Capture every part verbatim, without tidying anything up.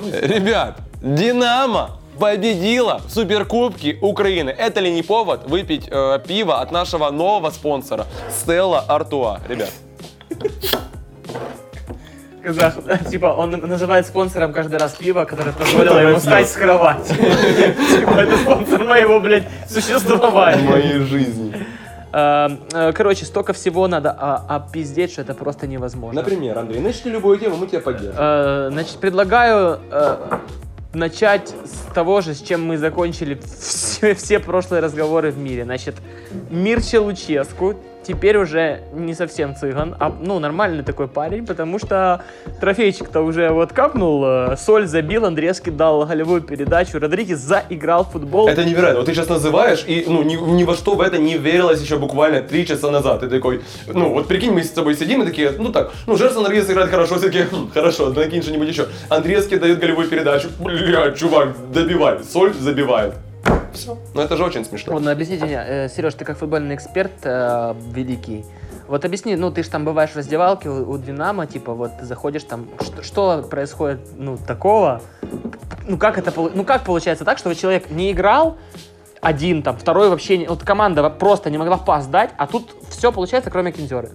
Ребят, Динамо победила в Суперкубке Украины. Это ли не повод выпить э, пиво от нашего нового спонсора Стелла Артуа, ребят? Казах, типа, он называет спонсором каждый раз пиво, которое позволило ему встать с кровати. Типа, это спонсор моего, блядь, существования. Моей жизни. Короче, столько всего надо опиздеть, что это просто невозможно. Например, Андрей, начни любую тему, мы тебя поддержим. Значит, предлагаю начать с того же, с чем мы закончили все, все прошлые разговоры в мире. Значит, Мирча Луческу теперь уже не совсем цыган, а ну нормальный такой парень, потому что трофейчик-то уже вот капнул, соль забил, Андреевский дал голевую передачу, Родригес заиграл в футбол. Это невероятно. Вот ты сейчас называешь, и ну ни, ни во что в это не верилось еще буквально три часа назад. Ты такой, ну вот прикинь, мы с тобой сидим и такие, ну так, ну Жерсон Родригес играет хорошо, все такие, хм, хорошо, накинь что-нибудь еще. Андреевский дает голевую передачу, бля, чувак, добивай, соль забивает. Все. Ну это же очень смешно. Вот, ну объясните мне, э, Сереж, ты как футбольный эксперт э, великий. Вот объясни, ну ты же там бываешь в раздевалке у, у Динамо, типа вот ты заходишь там, что, что происходит, ну такого, ну как это, ну как получается так, что человек не играл один, там, второй вообще, не, вот команда просто не могла пас дать, а тут все получается, кроме Кинзеры.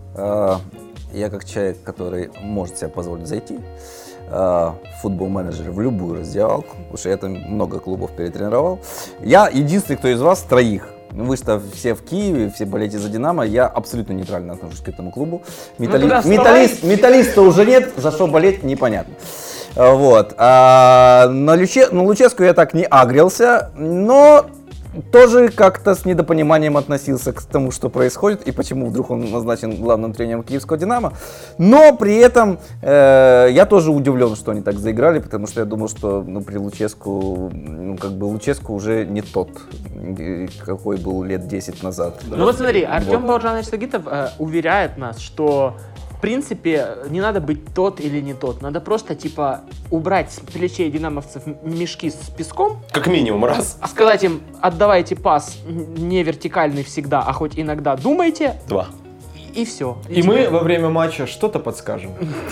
Я как человек, который может себе позволить зайти футбол-менеджер в любую раздевалку, потому что я там много клубов перетренировал. Я единственный, кто из вас троих. Вы что все в Киеве, все болеете за Динамо, я абсолютно нейтрально отношусь к этому клубу. Металли... Ну, металлист, металлиста уже нет, за что болеть, непонятно. Вот. А на, Люче... на Луческу я так не агрился, но тоже как-то с недопониманием относился к тому, что происходит и почему вдруг он назначен главным тренером киевского «Динамо». Но при этом э, я тоже удивлен, что они так заиграли, потому что я думал, что ну, при Луческу, ну как бы Луческу уже не тот, какой был лет десять назад. Ну вот смотри, Артем вот. Бауджанович Сагитов э, уверяет нас, что в принципе не надо быть тот или не тот, надо просто типа убрать с плечей динамовцев мешки с песком. Как минимум раз. А сказать им, отдавайте пас не вертикальный всегда, а хоть иногда думайте. Два. И, и все. И, и мы тебе... во время матча что-то подскажем.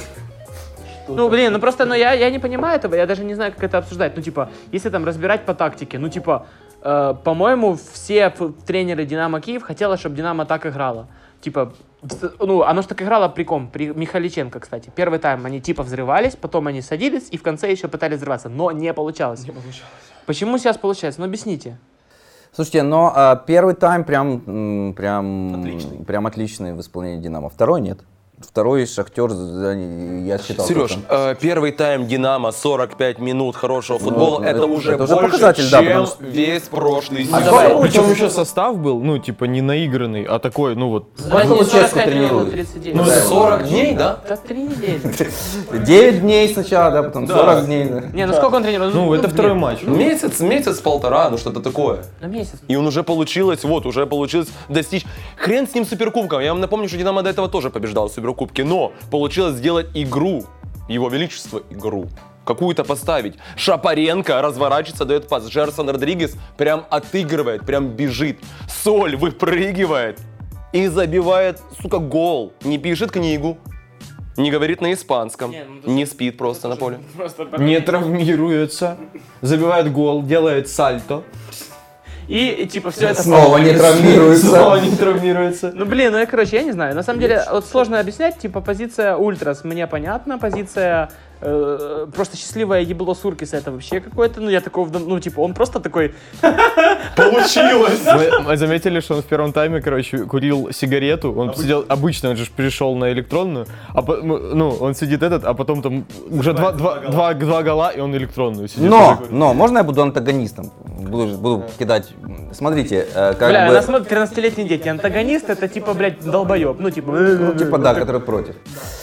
Ну, блин, ну просто, ну я, я не понимаю этого, я даже не знаю, как это обсуждать. Ну, типа, если там разбирать по тактике, ну, типа, э, по-моему, все тренеры Динамо Киев хотели, чтобы Динамо так играло. Типа, ну, оно же так играло при ком? При Михаличенко, кстати. Первый тайм они типа взрывались, потом они садились и в конце еще пытались взрываться, но не получалось. Не получалось. Почему сейчас получается? Ну, объясните. Слушайте, но а, первый тайм прям, прям, отличный. прям отличный в исполнении Динамо. Второй нет. Второй Шахтер, я считал. Сереж, э, первый тайм Динамо, сорок пять минут хорошего футбола, ну, это, это уже это больше, показатель, чем да, что... весь прошлый сезон. А давай, причем еще состав был, ну, типа, не наигранный, а такой, ну, вот... Луческу тренируют. Ну, сорок дней, да? Это три недели. девять дней сначала, да, потом да. сорок дней. Да. Не, ну сколько он тренирует? Ну, ну это второй матч. Месяц, месяц-полтора, ну, что-то такое. Ну, месяц. И он уже получилось, вот, уже получилось достичь... Хрен с ним суперкубком, я вам напомню, что Динамо до этого тоже побеждал в суперкубке, но... Получилось сделать игру, его величество игру, какую-то поставить. Шапаренко разворачивается, дает пас. Жерсон Родригес прям отыгрывает, прям бежит. Соль выпрыгивает и забивает, сука, гол. Не пишет книгу, не говорит на испанском, не, ну, не спит просто на поле. Просто не травмируется, забивает гол, делает сальто. И, и типа все это снова не травмируется. Снова не травмируется. Ну блин, ну я короче, я не знаю. На самом деле, вот сложно объяснять, типа позиция Ультрас мне понятна, позиция э, просто счастливое ебло Суркиса это вообще какое-то, ну я такого, ну типа он просто такой получилось. Мы, мы заметили, что он в первом тайме, короче, курил сигарету, он обычно. сидел, обычно он же пришел на электронную, а ну он сидит этот, а потом там уже два, два, два, два гола и он электронную сидит. Но, но можно я буду антагонистом? Буду, буду кидать. Смотрите, э, как бля, бы... нас смотрят тринадцатилетние дети. Антагонист это типа, блядь, долбоеб. Ну, типа... Ну, типа, да, который против.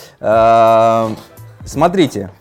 Э, смотрите.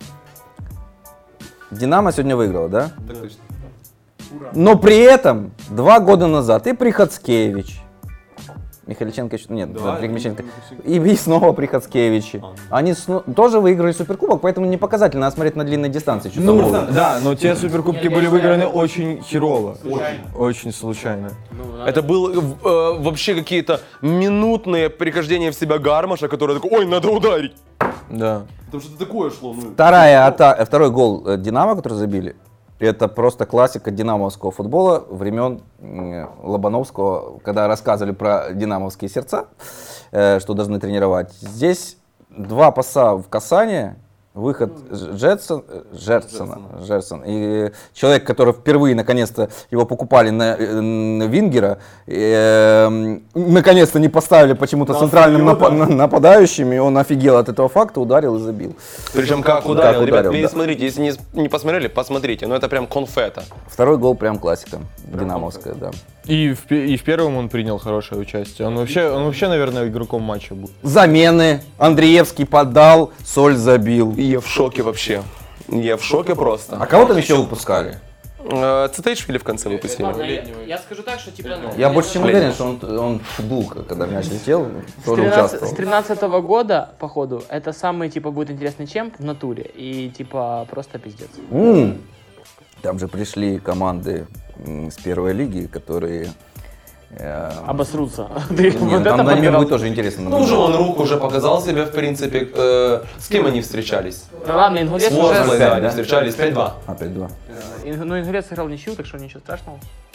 Динамо сегодня выиграла, да? Так точно. Но при этом два года назад и Приходскевич, Михаличенко еще... Нет, да, Михаличенко. И, и снова Приходскевичи. А. Они сно... тоже выиграли суперкубок, поэтому не показательно, надо смотреть на длинной дистанции. Ну, да, но те суперкубки были выиграны очень херово. Очень, очень случайно. Ну, это было э, вообще какие-то минутные прихождения в себя Гармаша, который такой, ой, надо ударить. Да. Потому что такое шло, ну. Вторая ата... Второй гол э, Динамо, который забили, это просто классика динамовского футбола времен э, Лобановского, когда рассказывали про динамовские сердца, э, что должны тренировать. Здесь два паса в касание, выход Джетсон, Жерсона, Жерсон, и человек, который впервые наконец-то его покупали на, на Вингера, э, наконец-то не поставили почему-то центральным напа- нападающим, и он офигел от этого факта, ударил и забил. Причем как ударил, как ребят, ударил, вы не да. смотрите, если не, не посмотрели, посмотрите, но это прям конфета. Второй гол прям классика, динамовская, да. И в, пе- и в первом он принял хорошее участие. Он вообще, он вообще, наверное, игроком матча был. Замены, Андреевский подал, Соль забил. Я в шоке вообще. Я в шоке просто. А кого там еще выпускали? Э, Цитейшвили в конце выпустили. Ладно, я, я скажу так, что типа... ну, Я больше чем Блин. уверен, что он, он футбол, когда мяч летел, С тоже тринадцатого, с участвовал. тринадцатого года, походу, это самый, типа, будет интересный чемп в натуре. И, типа, просто пиздец. М. Там же пришли команды м, с первой лиги, которые... э, Обосрутся. Ты нет, вот там это на нем подбирал. будет тоже интересно. Ну, уже наблюдать. он руку уже показал себя, в принципе. Э, с кем они встречались? Ну ладно, Ингулец С Лозлой, уже... да, да? они встречались пять-два. Опять два. Инг- Ну, Ингулец сыграл ничью, так что ничего страшного.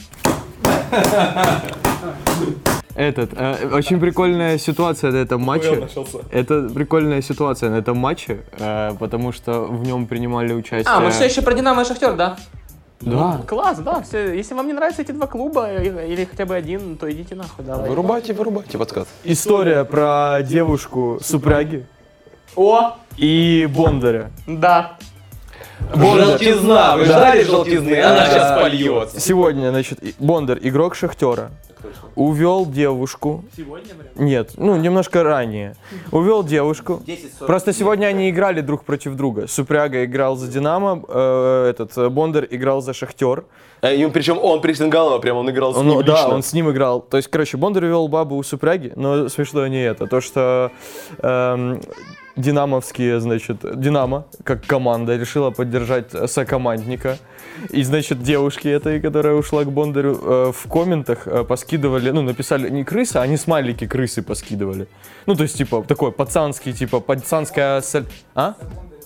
Этот, э, очень прикольная ситуация на этом матче. Это прикольная ситуация на этом матче, э, потому что в нем принимали участие... А, мы все еще про Динамо и Шахтер, да? Да. Класс, да. Все. Если вам не нравятся эти два клуба или, или хотя бы один, то идите нахуй, давай. Вырубайте, вырубайте подсказ. История про девушку Супряги О, и Бондаря. да. Желтизна, вы ждали желтизны, она сейчас польется. Сегодня, значит, и- Бондар, игрок Шахтера, увел девушку. Сегодня, блин. Нет, ну немножко ранее. Увел девушку. Просто сегодня они играли друг против друга. Супряга играл за Динамо, э, этот э, Бондар играл за Шахтер. Э, и причем он прессинговал, прям он играл с Он, ним ну, да, лично. он с ним играл. То есть, короче, Бондар вел бабу у Супряги, но смешно не это. То, что эм, динамовские, значит, Динамо, как команда, решила поддержать сокомандника. И, значит, девушки этой, которая ушла к Бондарю, э, в комментах э, поскидывали, ну, написали не крыса, они смайлики крысы поскидывали. Ну, то есть, типа, такой пацанский, типа, пацанская... соль- А?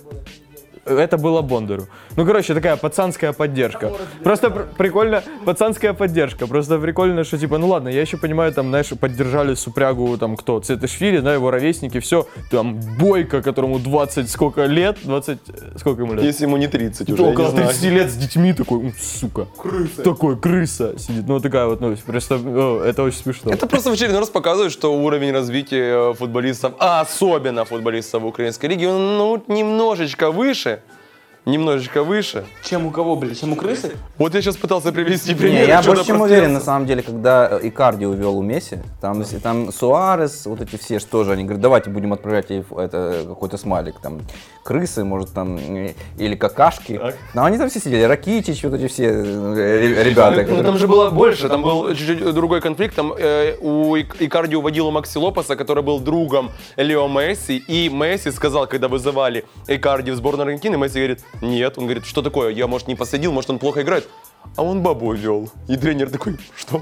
Это было Бондару. Ну, короче, такая пацанская поддержка. Просто пр- прикольно, пацанская поддержка. Просто прикольно, что типа, ну ладно, я еще понимаю, там, знаешь, поддержали Супрягу, там, кто, Цветашвили, да, его ровесники, все. Там, Бойко, которому двадцать сколько лет, двадцать, сколько ему лет? Если ему не тридцать уже, я Около не знаю. тридцати лет с детьми такой, «М, сука. Крыса. Такой, крыса сидит. Ну, такая вот, ну, просто, о, это очень смешно. Это просто в очередной раз показывает, что уровень развития футболистов, а особенно футболистов украинской лиги, он ну, немножечко выше. Немножечко выше. Чем у кого, блин? Чем у крысы? Вот я сейчас пытался привести пример. Не, я что-то больше чем прострелся. уверен, на самом деле, когда Икарди увел у Месси, там, если там Суарес, вот эти все, что же, они говорят, давайте будем отправлять ей это, какой-то смайлик, там, крысы, может, там, э, или какашки. Но они там все сидели, Ракитич, вот эти все э, ребята. Ну, которые- там же было больше, там был чуть-чуть другой конфликт. Там э, у Ик- Икарди уводил Макси Лопеса, который был другом Лео Месси, и Месси сказал, когда вызывали Икарди в сборную Аргентины, Месси говорит, нет, он говорит, что такое, я, может, не посадил, может, он плохо играет. А он бабу вел. И тренер такой, что?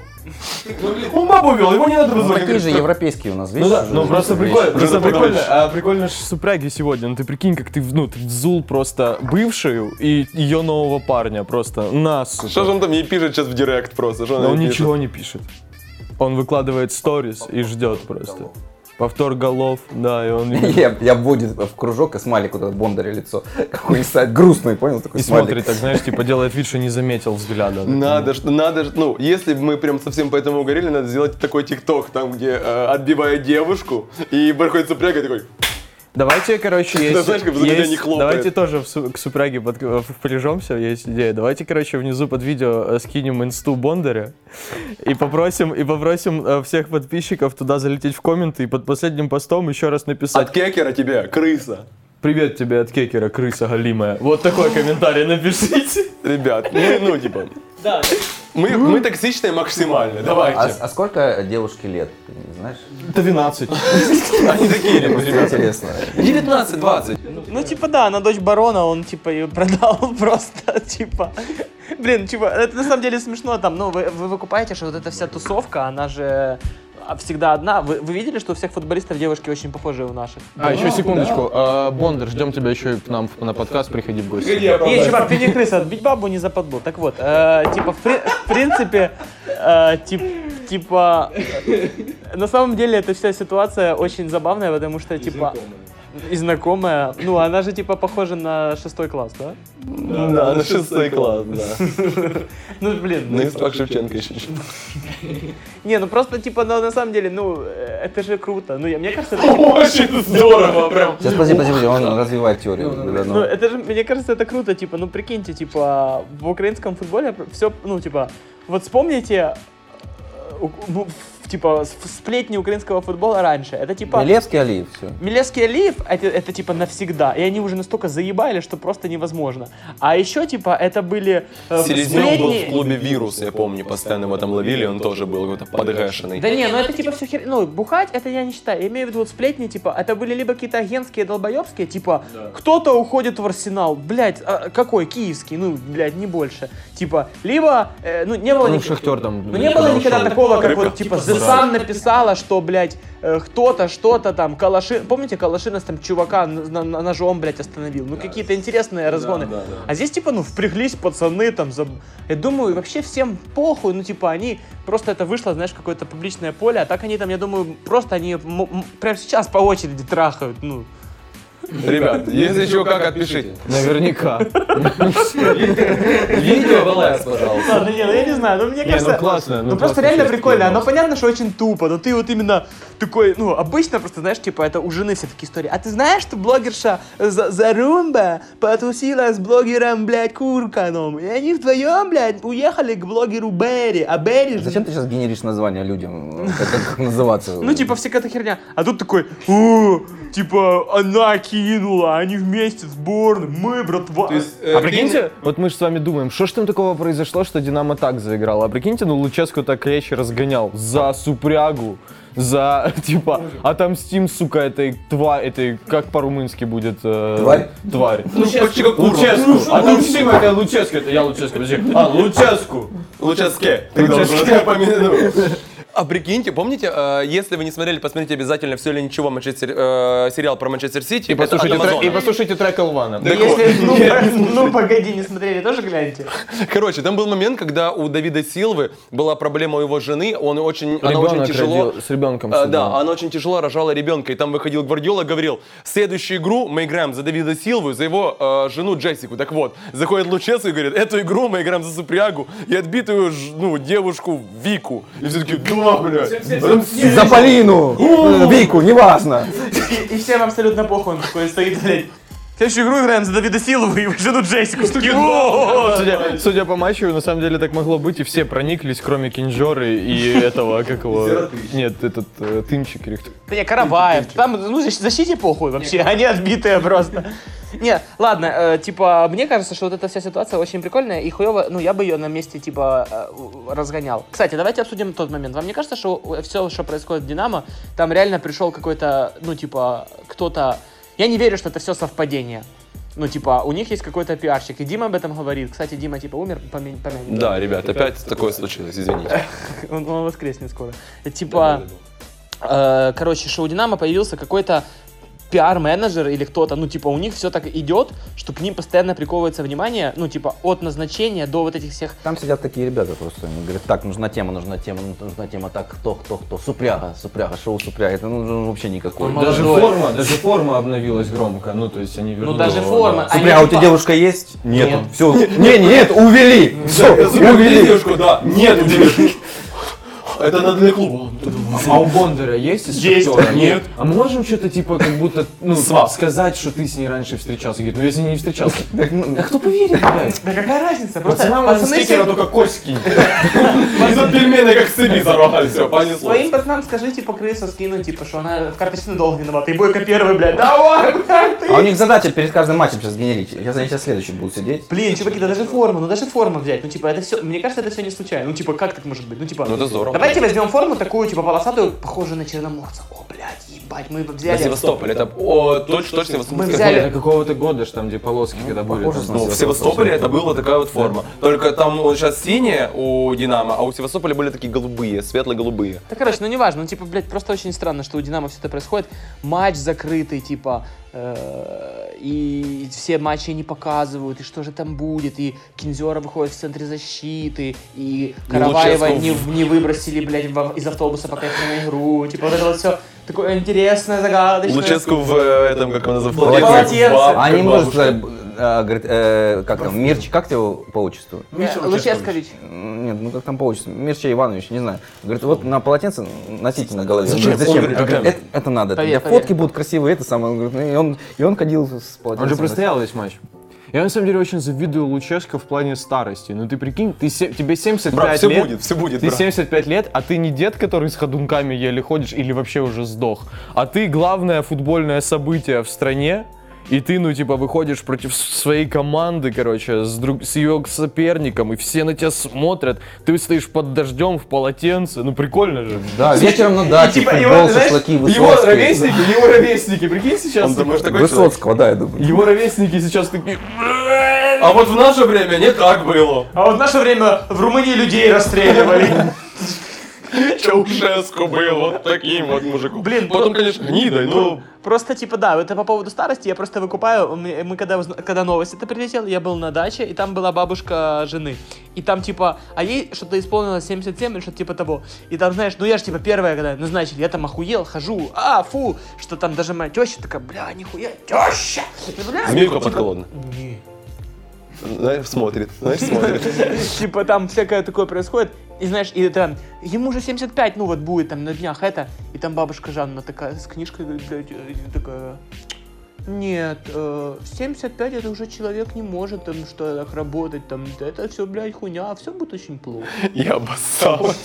Он бабу вел, его не надо Ну, вызывать. такие же европейские у нас, видишь? Ну да, уже ну есть просто вещи. прикольно, просто Уже прикольно, подальше. а прикольно, что Супряги сегодня, ну ты прикинь, как ты, ну, ты взул просто бывшую и ее нового парня, просто нас. Что же он там ей пишет сейчас в директ просто? Что Но он ей ничего не пишет. Он выкладывает сторис и ждет просто. Повтор голов, да, и он... Я, я вводит в кружок и смайлик вот этот Бондаря лицо. Какой-нибудь сайт грустный, понял? Такой И смайлик. смотрит, так знаешь, типа делает вид, что не заметил взгляда. Надо, что надо, ж- ну, если бы мы прям совсем по этому угорели, надо сделать такой тикток, там, где э, отбивает девушку, и приходит Супряга и такой, Давайте, короче, есть, Да знаешь, как за меня есть- не хлопает. давайте тоже в су- к Супряге под, впряжемся, есть идея. Давайте, короче, внизу под видео э, скинем инсту Бондаря и попросим, и попросим э, всех подписчиков туда залететь в комменты и под последним постом еще раз написать от кекера тебе, крыса. «Привет тебе от Кекера, крыса галимая». Вот такой комментарий напишите. Ребят, ну, ну типа, Да. мы, мы токсичные максимально, давайте. А, а сколько девушке лет, ты не знаешь? двенадцать. Они такие, ребята. Интересно. девятнадцать-двадцать. Ну, типа, да, она дочь барона, он, типа, ее продал просто, типа. Блин, типа, это на самом деле смешно, там, ну, вы, вы выкупаете, что вот эта вся тусовка, она же всегда одна. Вы, вы видели, что у всех футболистов девушки очень похожие у наших? А, еще секундочку. А, Бондар, ждем тебя еще к нам на подкаст, приходи в гости. Не, чувак, ты не крыса, отбить бабу не западло. Так вот, э, типа, в, при, в принципе, э, тип, типа, на самом деле эта вся ситуация очень забавная, потому что, типа, и знакомая. Ну, она же, типа, похожа на шестой класс, да? Да, на шестой класс, да. Ну, блин. На инстах Шевченко еще. Не, ну просто, типа, ну, на самом деле, ну, это же круто. Ну, я, мне кажется, это... Очень здорово, прям. Сейчас, подожди, подожди, подожди, он развивает теорию. Ну, это же, мне кажется, это круто, типа, ну, прикиньте, типа, в украинском футболе все, ну, типа, вот вспомните, типа, сплетни украинского футбола раньше. Это типа... Милевский, Алиев, все. Милевский, Алиев, это, это типа навсегда. И они уже настолько заебали, что просто невозможно. А еще, типа, это были э, Селезнев сплетни... был в клубе «Вирус», я помню, постоянно его там ловили, он тоже был какой-то подгэшенный. Да не, ну это типа все хер... Ну, бухать, это я не считаю. Я имею в виду вот сплетни, типа, это были либо какие-то агентские, долбоебские, типа, да. Кто-то уходит в Арсенал, блядь, а какой, киевский, ну, блядь, не больше. Типа, либо, э, ну, не было... Ну, ник... Шахтер там... Ну, не было никогда шел. такого, как Рыбка. вот, типа, The Sun написала, что, блядь, э, кто-то, что-то там, Калаши... Помните, Калашинас там чувака на, на, ножом, блядь, остановил? Ну, да, какие-то интересные разгоны. Да, да, да. А здесь, типа, ну, впряглись пацаны там, за... Я думаю, вообще всем похуй, ну, типа, они... Просто это вышло, знаешь, в какое-то публичное поле, а так они там, я думаю, просто они м- м- прямо сейчас по очереди трахают, ну... Ребят, если еще как, отпишите. Наверняка. Видео в ЛС, пожалуйста. Ладно, не, ну я не знаю, ну мне Не, кажется... ну классно, ну Ну просто классно, реально честно, прикольно, классно. оно понятно, что очень тупо, но ты вот именно такой, ну, обычно просто, знаешь, типа, это у жены все такие истории. А ты знаешь, что блогерша За- Зарумба потусила с блогером, блядь, Курканом, и они вдвоем, блядь, уехали к блогеру Берри, а Берри... Зачем ты сейчас генеришь название людям? Как, как называться? Ну, типа, всякая эта херня. А тут такой, о, типа, она кинула, они вместе в сборной, мы, братва. А прикиньте, вот мы же с вами думаем, что ж там такого произошло, что Динамо так заиграло. А прикиньте, ну Луческу так речи разгонял за супрягу, за, типа, отомстим, сука, этой тварь, этой, как по-румынски будет? Э, Тварь? Тварь. Ну, почти как курва. Луческу. Отомстим этой Луческу. Это я Луческу, подожди. А, Луческу. Луческе. Ты должен помянуть. А прикиньте, помните, э, если вы не смотрели, посмотрите обязательно «Все или ничего», Манчестер, э, сериал про Манчестер Сити. И послушайте, трек, и послушайте трек Элвана. Да если, ну, ну, погоди, не смотрели, тоже гляньте. Короче, там был момент, когда у Давида Силвы была проблема у его жены, он очень, она очень Ребенок тяжело... родил, с ребенком. Э, сидел. да, она очень тяжело рожала ребенка, и там выходил Гвардиола, говорил, следующую игру мы играем за Давида Силву, за его э, жену Джессику. Так вот, заходит Луческу и говорит, эту игру мы играем за Супрягу и отбитую ж- ну, девушку Вику. И все таки да, блядь. За Полину! Вику, неважно! И, и всем абсолютно похуй, он такой стоит, блядь. Следующую игру играем за Давида Силова и его жену Джессику. Такие, «О!» Судя, судя по матчу, на самом деле так могло быть, и все прониклись, кроме Кинжоры и этого, как его... Нет, этот э, Тымчик или кто. Да не, Караваев. Там, ну, защ- защите похуй вообще, они отбитые просто. Не, ладно, э, типа, мне кажется, что вот эта вся ситуация очень прикольная и хуёво, ну, я бы ее на месте, типа, э, разгонял. Кстати, давайте обсудим тот момент. Вам не кажется, что все, что происходит в Динамо, там реально пришел какой-то, ну, типа, кто-то... Я не верю, что это все совпадение. Ну, типа, у них есть какой-то пиарщик, и Дима об этом говорит. Кстати, Дима, типа, умер, помянь, помянь. Да, ребят, опять такое случилось, извините. Он, он воскреснет скоро. Типа, э, короче, что у Динамо появился какой-то пиар-менеджер или кто-то, ну, типа, у них все так идет, что к ним постоянно приковывается внимание, ну, типа, от назначения до вот этих всех... Там сидят такие ребята просто, они говорят, так, нужна тема, нужна тема, нужна тема, так, кто, кто, кто, Супряга, Супряга, шоу Супряга, это ну, вообще никакой. Даже форма, даже форма обновилась громко, ну, то есть они вернули. Ну, даже его, форма. да. Супряга, у тебя девушка есть? Нет. Все, не, нет, увели, все, увели. Девушку, да, нет девушки. Это надо для клуба. А у Бондаря есть из Есть. Шахтера? Нет. А мы можем что-то типа как будто, ну, Свап. сказать, что ты с ней раньше встречался? Говорит, ну если не встречался. А кто поверит, блядь? Да какая разница? Просто Пацанам можно пацаны стикера все- только кость скинь. И тут пельмени как сыни зарвали, все, понеслось. Своим пацанам скажи, типа, крысу скину, типа, что она в карточный долг виновата. И Бойко первый, блядь, давай, блядь, ты. А у них задача перед каждым матчем сейчас генерить. Сейчас они сейчас следующий будут сидеть. Блин, чуваки, да даже форму, ну даже форму взять, ну типа это все, мне кажется, это все не случайно, ну типа как так может быть, ну типа, Ну это здорово. давайте возьмем форму такую, типа полосатую, похожую на черноморца, о, блядь, ебать, мы На взяли... Севастополь, это о, точно, точно Севастополь. Мы взяли- Это какого-то года, ж там, где полоски, когда были. похоже там, на Ну, в Севастополе это была такая вот форма. Только там вот сейчас синяя у Динамо, а у Севастополя были такие голубые, светло-голубые. Да, короче, ну неважно, ну типа, блядь, просто очень странно, что у Динамо все это происходит. Матч закрытый, типа, э, и все матчи не показывают, и что же там будет, и Кинзера выходит в центре защиты, и Караваева не, Луческу. не выбросили, блядь, в- из автобуса пока на игру, типа, вот это вот все такое интересное, загадочное. Луческу в э, этом, как он называется, Полотенце. баб- А не как может бабушка. сказать, а, говорит, э, как там, Мирч, как его по отчеству? Э, Луческович. М, Нет, ну как там по отчеству? Мирча Иванович, не знаю. Говорит, вот на полотенце носите на голове. Зачем? Говорит, зачем? Он говорит, Это, зачем? это надо. Поверь, Для поверь. фотки будут красивые, это самое. Он говорит, ну, и, он, и он ходил с полотенцем. Он же простоял весь матч. Я на самом деле очень завидую Луческо в плане старости. Ну ты прикинь, ты се- тебе семьдесят пять Брат, все лет. будет, все будет, Ты брат. семьдесят пять лет, а ты не дед, который с ходунками еле ходишь или вообще уже сдох. А ты главное футбольное событие в стране. И ты, ну, типа, выходишь против с- своей команды, короче, с, друг, с ее соперником, и все на тебя смотрят. Ты стоишь под дождем в полотенце. Ну, прикольно же. Да, вечером на даче, Типа, футбол, его, знаешь, шашлыки, его Высоцкий. ровесники, его ровесники, прикинь сейчас. Он, думаешь, такой Высоцкого, да, я думаю. Его ровесники сейчас такие... А вот в наше время не так было. А вот в наше время в Румынии людей расстреливали. Чаушеску был вот таким вот мужиком. Блин, потом, про- конечно, гнидой, но... Просто, типа, да, это по поводу старости, я просто выкупаю, мы, мы когда, узна- когда новость это прилетела, я был на даче, и там была бабушка жены, и там, типа, а ей что-то исполнилось семьдесят семь или что-то типа того, и там, знаешь, ну я же, типа, первая, когда назначили, я там охуел, хожу, а, фу, что там даже моя теща такая, бля, нихуя, теща, бля, Змейка типа, подколодна. не. Знаешь, смотрит, знаешь, смотрит. Типа там всякое такое происходит. И знаешь, и это, ему же семьдесят пять, ну вот будет там на днях это. И там бабушка Жанна такая с книжкой, говорит, блядь, э, такая... Нет, э, в семьдесят пять это уже человек не может там что так работать, там, это все, блядь, хуйня, все будет очень плохо. Я обоссалась.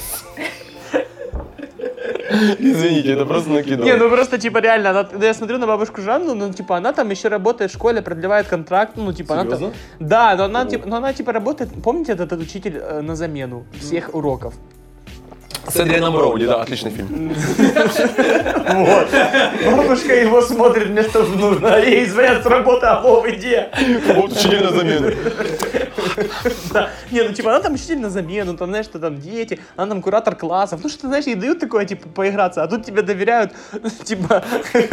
Извините, это просто накидал. Не, ну просто, типа, реально, она, я смотрю на бабушку Жанну, ну, типа, она там еще работает в школе, продлевает контракт, ну, типа, она Серьезно? там... Да, но она, типа, но она, типа, работает, помните этот, этот учитель э, на замену всех уроков? С Эдрианом Броуди, да, отличный фильм. Вот. Бабушка его смотрит вместо что нужно, а ей звонят с работы, а Вов, где? Вот учитель на замену. Да. Не, ну типа она там учитель на замену, там, знаешь, что там дети, она там куратор классов. Ну что, знаешь, ей дают такое, типа, поиграться, а тут тебе доверяют, типа,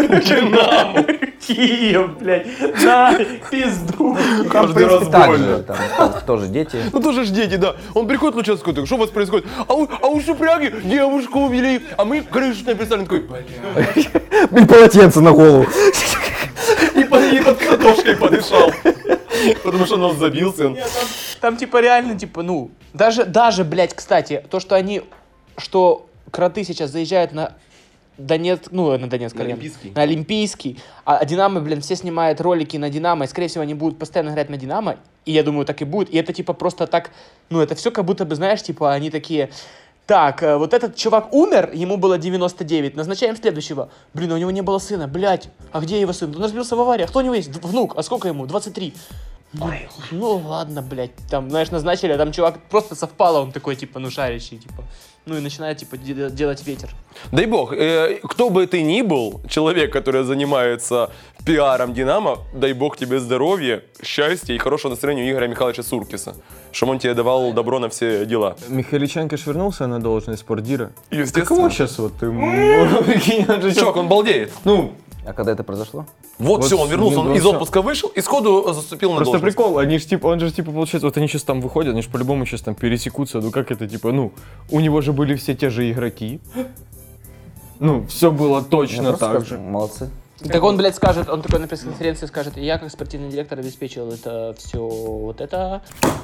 Киев, блядь, на пизду. Каждый раз Так больно. же, там, там тоже дети. Ну тоже ж дети, да. Он приходит в Луческу, такой, что у вас происходит? А у, а у Супряги девушку увели, а мы крышу написали, такой, бля. Блин, полотенце на голову. И под, и под картошкой подышал. Потому что он забился. он. Там, типа, реально, типа, ну, даже, даже, блядь, кстати, то, что они, что кроты сейчас заезжают на Донецк, ну, на Донецк, На арена, Олимпийский. на Олимпийский, а Динамо, блин, все снимают ролики на Динамо, и, скорее всего, они будут постоянно играть на Динамо, и я думаю, так и будет, и это, типа, просто так, ну, это все как будто бы, знаешь, типа, они такие... Так, э, вот этот чувак умер, ему было девяносто девять, назначаем следующего. Блин, у него не было сына, блядь, а где его сын? Он разбился в аварии, а кто у него есть? Д- Внук, а сколько ему? двадцать три. Ну, ну ладно, блядь, там, знаешь, назначили, а там чувак просто совпало, он такой, типа, ну, шарящий, типа. Ну и начинает, типа, де- делать ветер. Дай бог, э, кто бы ты ни был, человек, который занимается пиаром Динамо, дай бог тебе здоровья, счастья и хорошего настроения у Игоря Михайловича Суркиса, чтобы он тебе давал добро на все дела. Михайличенко ж вернулся на должность спортдира. Естественно. Каково сейчас вот ты? Прикинь, он же щас- Чувак, он балдеет. Ну, А когда это произошло? Вот, Вот все, он вернулся, он ну, из всё. отпуска вышел и сходу заступил на просто должность. прикол, они ж типа, он же типа получается, вот они сейчас там выходят, они же по-любому сейчас там пересекутся, ну как это типа, ну, у него же были все те же игроки. Ну, все было точно Просто так скажу, же. молодцы. Так он, блядь, скажет, он такой на пресс-конференции скажет, я как спортивный директор обеспечил это все, вот это...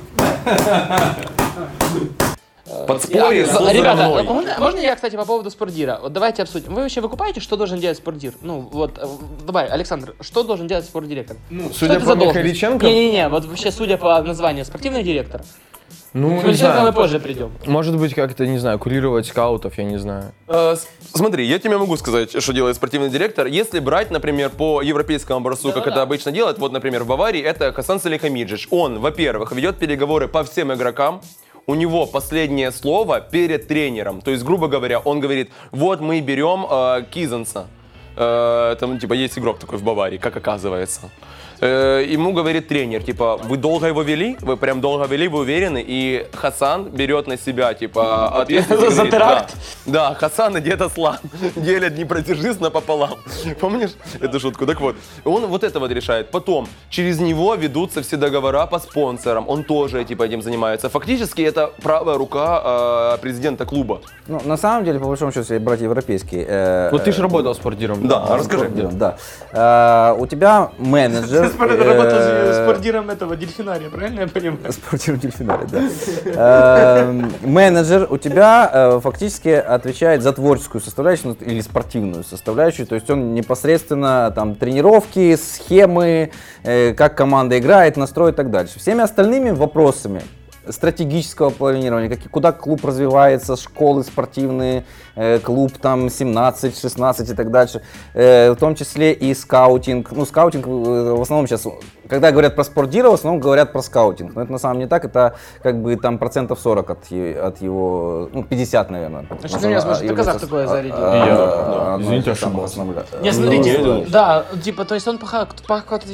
Подспорье А, создано Ребята, мной. можно, можно я, кстати, по поводу спортдира? Вот давайте обсудим. Вы вообще выкупаете, что должен делать спортдир? Ну, вот, э, давай, Александр, что должен делать спортдиректор? Ну, Что судя это по за должность? Михайличенко, Не-не-не, вот вообще, судя по названию, спортивный директор. ну, не Михайличенко мы знаю, позже придем. может быть как-то, не знаю, курировать скаутов, я не знаю. Э, с- Смотри, я тебе могу сказать, что делает спортивный директор. Если брать, например, по европейскому образцу, как это обычно делают, вот, например, в Баварии, это Хасан Салихамиджич. Он, во-первых, ведет переговоры по всем игрокам. У него последнее слово перед тренером. То есть, грубо говоря, он говорит, вот мы берем э, Кизенса. э, там, типа, есть игрок такой в Баварии, как оказывается. Э, ему говорит тренер, типа, вы долго его вели, вы прям долго вели, вы уверены, и Хасан берет на себя, типа, ответственность. За теракт? Да, да, Хасан и дед Аслан делят Днепродзержинск напополам. Помнишь эту шутку? Так вот, он вот это вот решает. Потом, через него ведутся все договора по спонсорам, он тоже, типа, этим занимается. Фактически, это правая рука э, президента клуба. Ну, на самом деле, по большому счету, если брать европейские... Э, Вот ты же работал с спортдиром. Да, э, расскажи. спортдиром, да. Э, у тебя менеджер... Работал э, с спортдиром этого дельфинария, правильно я понимаю? Спортивном дельфинарий, да. Э, Менеджер у тебя э, фактически отвечает за творческую составляющую ну, или спортивную составляющую, то есть он непосредственно там тренировки, схемы, э, как команда играет, настрой и так дальше. Всеми остальными вопросами стратегического планирования, как, куда клуб развивается, школы спортивные, э, клуб там семнадцать, шестнадцать и так дальше, э, в том числе и скаутинг. Ну, скаутинг э, в основном сейчас, когда говорят про спортдира, в основном говорят про скаутинг, но это на самом деле не так, это как бы там процентов сорок от, е- от его, ну, пятьдесят, наверное. А что ты меня сможешь доказать такое зарядил? Я, извините, ошибался. Не, смотрите, да, типа, то есть он по факту, по факту,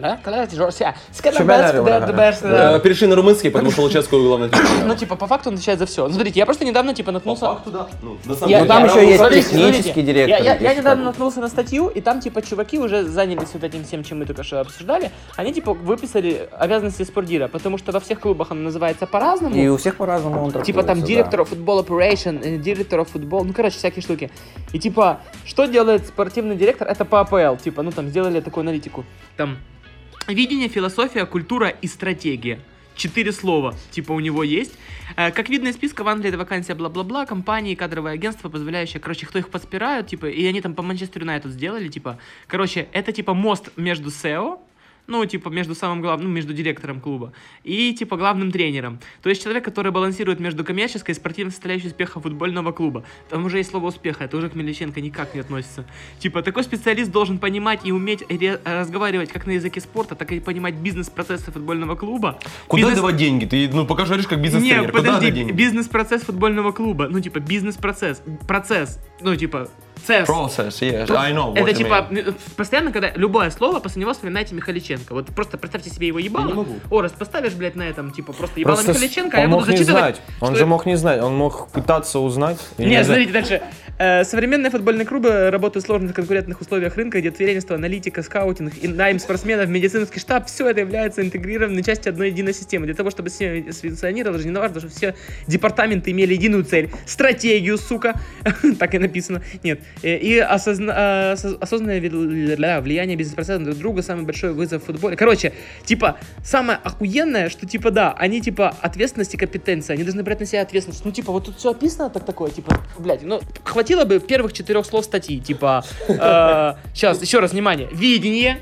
Э, Перешли на румынский, потому что Луческу главное. ну, типа, по факту он отвечает за все. Смотрите, я просто недавно, типа, наткнулся... да. Ну, на самом Я- деле, там я- еще есть смотрите, технический смотрите, директор, Я, я- если я недавно так. наткнулся на статью, и там, типа, чуваки уже занялись вот этим всем, чем мы только что обсуждали. Они, типа, выписали обязанности спортдира, потому что во всех клубах он называется по-разному. И у всех по-разному он Типа там трактуется, директор футбол operation, э, директор футбол, ну короче, всякие штуки. И типа, что делает спортивный директор? Это по АПЛ, типа, ну там сделали такую аналитику. Там видение, философия, культура и стратегия. Четыре слова, типа, у него есть. Э, Как видно из списка, в Англии это вакансия бла-бла-бла, компании, кадровое агентство, позволяющее, короче, кто их подспирают, типа, и они там по Манчестер Юнайтед сделали, типа, короче, это, типа, мост между сео, ну, типа, между самым главным, ну, между директором клуба и, типа, главным тренером. То есть человек, который балансирует между коммерческой и спортивной составляющей успеха футбольного клуба. Там уже есть слово «успеха», это уже к Мельниченко никак не относится. Типа, такой специалист должен понимать и уметь ре- разговаривать как на языке спорта, так и понимать бизнес-процессы футбольного клуба. Куда Бизнес- давать деньги? Ты, ну, пока говоришь, как Не, бизнес-тренер. Куда подожди, отдать деньги? бизнес-процесс футбольного клуба. Ну, типа, бизнес-процесс. Процесс. Ну, типа, цесс. Process, yes, I know what Это you типа, mean. м, постоянно, когда любое слово, после него вспоминайте Михаличенко. Вот просто представьте себе его ебало. Я не могу. Орес, поставишь, блядь, на этом, типа, просто ебало Просто Михаличенко, а он я буду мог не зачитывать. знать. Он что- же мог не знать, он мог пытаться узнать. и Не, не смотрите дальше. Э, современные футбольные клубы работают в сложных конкурентных условиях рынка, где тренерство, аналитика, скаутинг и найм спортсменов, медицинский штаб, все это является интегрированной частью одной единой системы. Для того, чтобы система функционировала, жизненно важно, чтобы все департаменты имели единую цель, стратегию, сука, так и написано, нет, Э, и осозна- э, осоз- осознанное ви- ля, влияние бизнес-процесса друг друга, самый большой вызов в футболе. Короче, типа, самое охуенное, что, типа, да, они, типа, ответственность и компетенция, они должны брать на себя ответственность. Ну, типа, вот тут все описано так такое, типа, блядь, ну, хватило бы первых четырех слов статьи, типа, э, сейчас, еще раз, внимание, видение,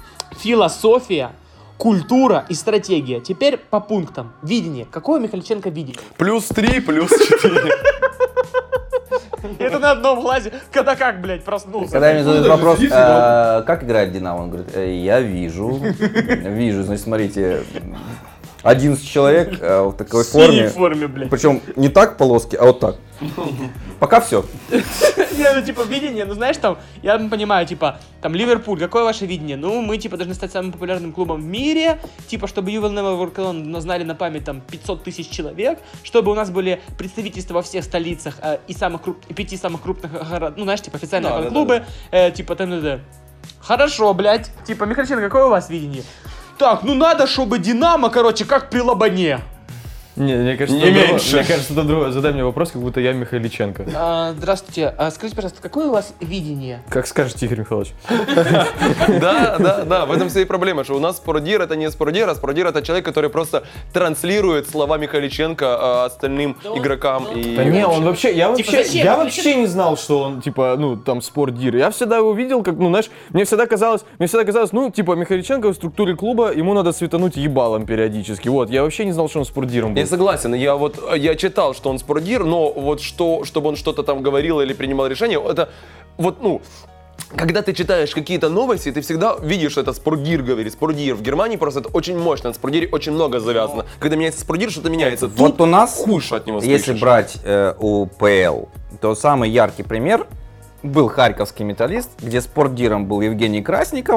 философия, культура и стратегия. Теперь по пунктам. Видение. Какое у Михаличенко видение? Плюс три, плюс четыре. Это на одном глазе. Когда как, блядь, проснулся? Когда мне задают даже вопрос, сидите, э, как играет Динамо, он говорит, «Э, я вижу, вижу, значит, смотрите, одиннадцать человек э, в такой В синей форме, форме, блядь. причем не так полоски, а вот так. Пока все. Не, ну, типа, видение, ну, знаешь, там, я понимаю, типа, там, Ливерпуль, какое ваше видение? Ну, мы, типа, должны стать самым популярным клубом в мире, типа, чтобы Ювел Неверкон знали на память, там, пятьсот тысяч человек, чтобы у нас были представительства во всех столицах э, и самых круп... и пяти самых крупных городах, ну, знаешь, типа, официальные Да, да, клубы, э, типа, т.н.д. Хорошо, блядь. Типа, Михаличенко, какое у вас видение? Так, ну надо, чтобы Динамо, короче, как при Лобане. Не, мне кажется, Не это другое. меньше. Мне кажется, это другое. Задай мне вопрос, как будто я Михаличенко. А, здравствуйте, а, скажите, пожалуйста, какое у вас видение? Как скажете, Игорь Михайлович. Да, да, да, в этом вся и проблема, что у нас спортдир это не спортдир, а спортдир это человек, который просто транслирует слова Михаличенко а, остальным Да он- игрокам. да он- и Да не, он вообще, я Типа, вообще, зачем? я Он вообще не знал, что он, типа, ну, там, спортдир. Я всегда его видел, как, ну, знаешь, мне всегда казалось, мне всегда казалось, ну, типа, Михаличенко в структуре клуба, ему надо светануть ебалом периодически. Вот, я вообще не знал, что он спортдиром был. Я согласен, я вот я читал, что он спортдир, но вот что, чтобы он что-то там говорил или принимал решение, это вот, ну, когда ты читаешь какие-то новости, ты всегда видишь, что это спортдир говорит, спортдир. В Германии просто это очень мощно, на спортдире очень много завязано. Когда меняется спортдир, что-то меняется. Вот Тут у нас, хуже от него если слышишь. брать э, УПЛ, то самый яркий пример был харьковский «Металлист», где спортдиром был Евгений Красников.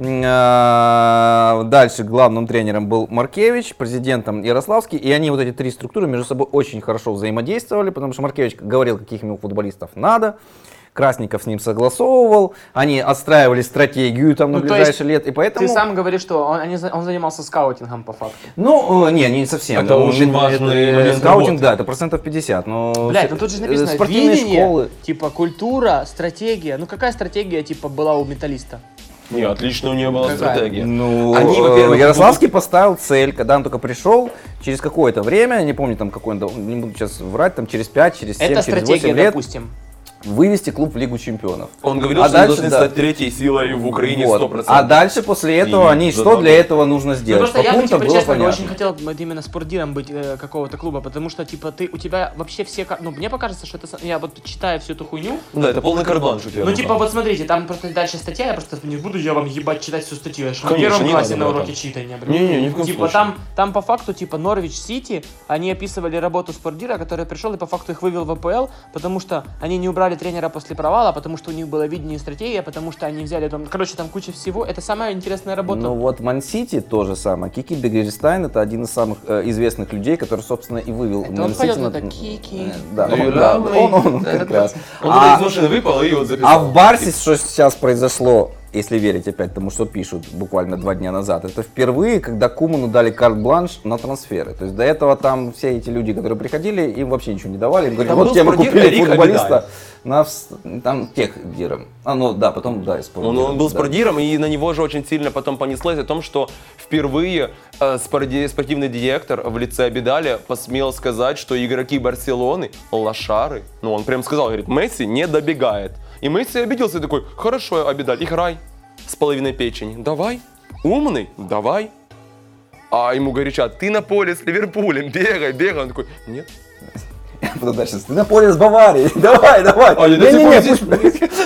Дальше главным тренером был Маркевич, президентом Ярославский. И они, вот эти три структуры, между собой очень хорошо взаимодействовали, потому что Маркевич говорил, каких ему футболистов надо. Красников с ним согласовывал, они отстраивали стратегию там на ну, ближайшие лет, и поэтому... Ты сам говоришь, что он, они, он занимался скаутингом по факту. Ну, не, не совсем. Это он, очень важный это, скаутинг, да, это процентов пятьдесят, но... Блядь, ну тут же написано видение, школы. Типа культура, стратегия. Ну какая стратегия, типа, была у «Металлиста»? Не, отлично у нее была Какая? стратегия. Ну, они, во-первых, Ярославский будут... поставил цель, когда он только пришел, через какое-то время, не помню там какой он, не буду сейчас врать, там через пять, через семь, это через восемь лет. Допустим. Вывести клуб в Лигу чемпионов. Он говорил, а что дальше, должны да. стать третьей силой в Украине вот. сто процентов. А дальше после этого И они, что задавали. для этого нужно сделать? Ну, просто По я бы, пунктам типа, было честно, понятно. очень хотел именно спортдиром быть э, какого-то клуба, потому что, типа, ты, у тебя вообще все, ну, мне покажется, что это, я вот читаю всю эту хуйню. Да, это полный кардан, что тебе. Ну, типа, вот смотрите, там просто дальше статья, я просто не буду я вам ебать читать всю статью, я же на Конечно, первом не классе надо, на да, уроке там. читания, блин. Не-не, ни в коем Типа, случае. там, там по факту, типа, Норвич Сити, они описывали работу спортдира, который пришел и по факту их вывел в АПЛ, потому что они не убрали тренера после провала, потому что у них было видение и стратегия, потому что они взяли там, короче, там куча всего. Это самая интересная работа. Ну вот Ман-Сити то же самое. Кики Бегерстайн это один из самых э, известных людей, который, собственно, и вывел это он пойдет, это Кики. Да, Ну, он, да, да, он, он как раз. Он А- из машины выпал и вот записал. А в Барсе, что сейчас произошло, если верить опять тому, что пишут буквально два дня назад, это впервые, когда Куману дали карт-бланш на трансферы. То есть до этого там все эти люди, которые приходили, им вообще ничего не давали. Им говорили, Там вот был тебе мы спортдир купили Эрик футболиста Абидай. на вс- там тех диром. А, ну да, потом, да, и спортдиром. Он, он был да. спортдиром, и на него же очень сильно потом понеслось о том, что впервые э, спорди- спортивный директор в лице Абидаля посмел сказать, что игроки Барселоны лошары. Ну, он прям сказал, говорит, Месси не добегает. И Месси обиделся и такой, хорошо, Абидаль, играй с половиной печени. Давай. Умный? Давай. А ему горячат, ты на поле с Ливерпулем, бегай, бегай. Он такой, нет. Потом дальше, ты на поле с Баварией, давай, давай. А, я до сих Не-не-не, пор пусть- здесь.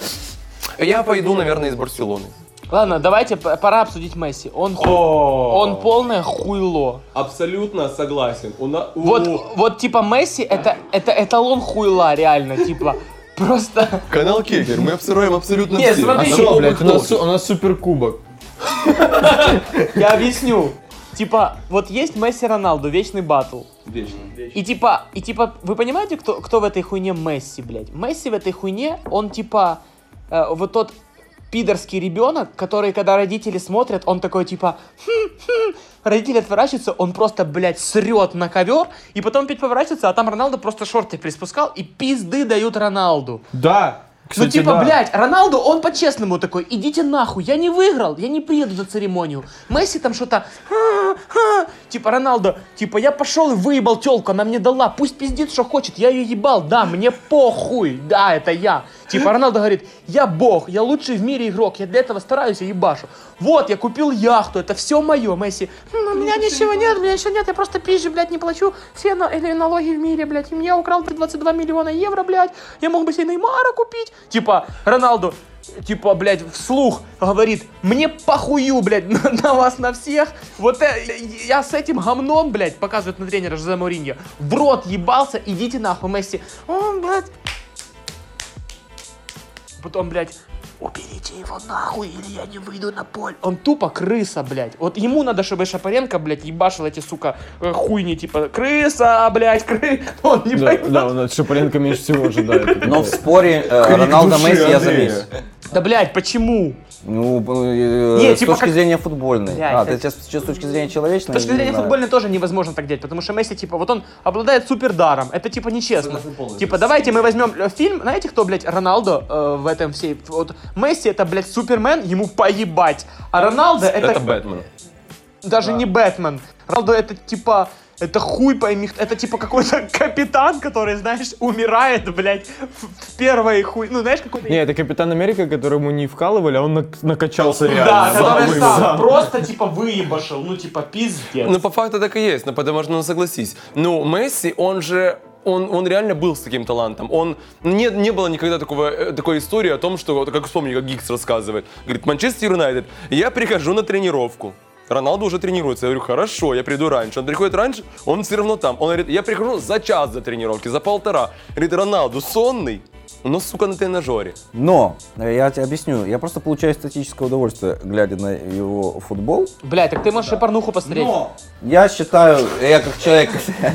Я пойду, наверное, из Барселоны. Ладно, давайте п- пора обсудить Месси. Он, ху- О. он полное хуйло. Абсолютно согласен. У на... Вот, вот типа Месси это, это эталон хуйла, реально, типа. Просто. Канал Кегер, мы обсуждаем абсолютно Не, все. смотри, А что, что, Блять, у нас, су- у нас суперкубок. Я объясню. Типа, вот есть Месси Роналду, вечный батл. Вечно. И типа, и типа, вы понимаете, кто, кто в этой хуйне Месси, блядь? Месси в этой хуйне, он типа, э, вот тот пидорский ребенок, который, когда родители смотрят, он такой типа, хм, хм. Родители отворачиваются, он просто, блядь, срет на ковер, и потом опять поворачивается, а там Роналду просто шорты приспускал, и пизды дают Роналду. Да. Кстати, ну типа, да. блядь, Роналду, он по-честному такой, идите нахуй, я не выиграл, я не приеду на церемонию. Месси там что-то, «Ха-ха». Типа, Роналду, типа, я пошел и выебал телку, она мне дала, пусть пиздит, что хочет, я ее ебал, да, мне похуй, да, это я. Типа, Роналду говорит, я бог, я лучший в мире игрок, я для этого стараюсь, я ебашу. Вот, я купил яхту, это все мое, Месси. «М, У меня ничего нет, у меня ничего нет, я просто пизжи, блядь, не плачу все на- или налоги в мире, блядь. И я украл двадцать два миллиона евро, блядь, я мог бы себе Неймара купить. Типа, Роналду, типа, блядь, вслух говорит, мне похую, блядь, на, на вас, на всех. Вот э, я с этим гомном, блядь, показывает на тренера Жозе Моуриньо, в рот ебался, идите нахуй, Месси. О, блядь. Потом, блядь, уберите его нахуй, или я не выйду на поле. Он тупо крыса, блядь. Вот ему надо, чтобы Шапаренко, блядь, ебашил эти, сука, э, хуйни, типа, крыса, блядь, кры... Он не Да, поймет. да, он от Шапаренко меньше всего ожидает. Но в споре э, Крик Роналдо души Месси я Андрея. завис. Да, блядь, почему? Ну, э, Не, с типа точки как- зрения футбольной. Блядь, а, это- ты сейчас, сейчас с точки зрения человечной? С точки не зрения знаю. футбольной тоже невозможно так делать, потому что Месси, типа, вот он обладает супердаром. Это, типа, нечестно. Типа, давайте мы возьмем э, фильм, знаете, кто, блядь, Роналдо э, в этом всей... Вот Месси это, блядь, Супермен, ему поебать. А Роналдо это... Это Бэтмен. Даже не Бэтмен. Роналдо это, типа... Это хуй пойми, это типа какой-то капитан, который, знаешь, умирает, блядь, в, в первой хуй... Ну, знаешь, какой-то... Не, это Капитан Америка, которому не вкалывали, а он нак- накачался Да, реально. который Сам сам вывел. просто, типа, выебашил, ну, типа, пиздец. Ну, по факту так и есть, ну, потому что, ну, согласись. Ну, Месси, он же... Он, он реально был с таким талантом. Он, не, не было никогда такого, э, такой истории о том, что, вот как вспомни, как Гикс рассказывает. Говорит, Манчестер Юнайтед, я прихожу на тренировку. Роналду уже тренируется. Я говорю, хорошо, я приду раньше. Он приходит раньше, он все равно там. Он говорит, я прихожу за час до тренировки, за полтора. Говорит, Роналду сонный. Но, сука, на тренажере. Но, я тебе объясню, я просто получаю эстетическое удовольствие, глядя на его футбол. Блядь, так ты можешь и порнуху посмотреть. Но я считаю, я как человек...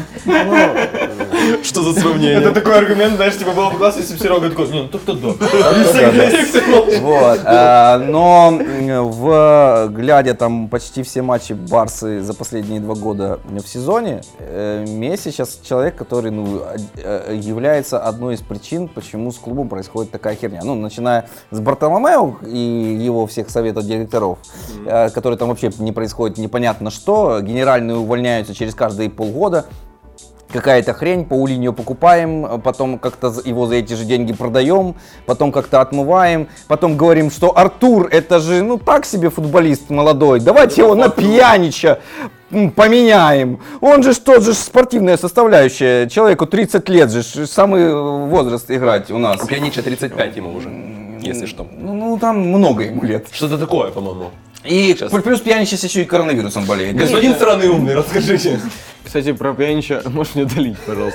Что за сравнение? Это такой аргумент, знаешь, типа было бы классно, если бы Серега такой, не, ну тут-то да. Вот, а, но в, глядя там почти все матчи Барсы за последние два года в сезоне, э, Месси сейчас человек, который ну, э, является одной из причин, почему с клубом происходит такая херня. Ну, начиная с Бартоломео и его всех советов директоров, э, которые там вообще не происходит непонятно что, генеральные увольняются через каждые полгода. Какая-то хрень, Паулиньо покупаем, потом как-то его за эти же деньги продаем, потом как-то отмываем, потом говорим, что Артур это же, ну так себе футболист молодой, давайте его на Пьянича поменяем. Он же тот же спортивная составляющая, человеку тридцать лет же, самый возраст играть у нас. Пьянича тридцать пять ему уже, если что. Ну, ну там много ему лет. Что-то такое, по-моему. И Сейчас. плюс Пьянич сейчас еще и коронавирусом болеет. Господин странный умный, расскажите. Кстати, про Пьянича можешь мне долить, пожалуйста.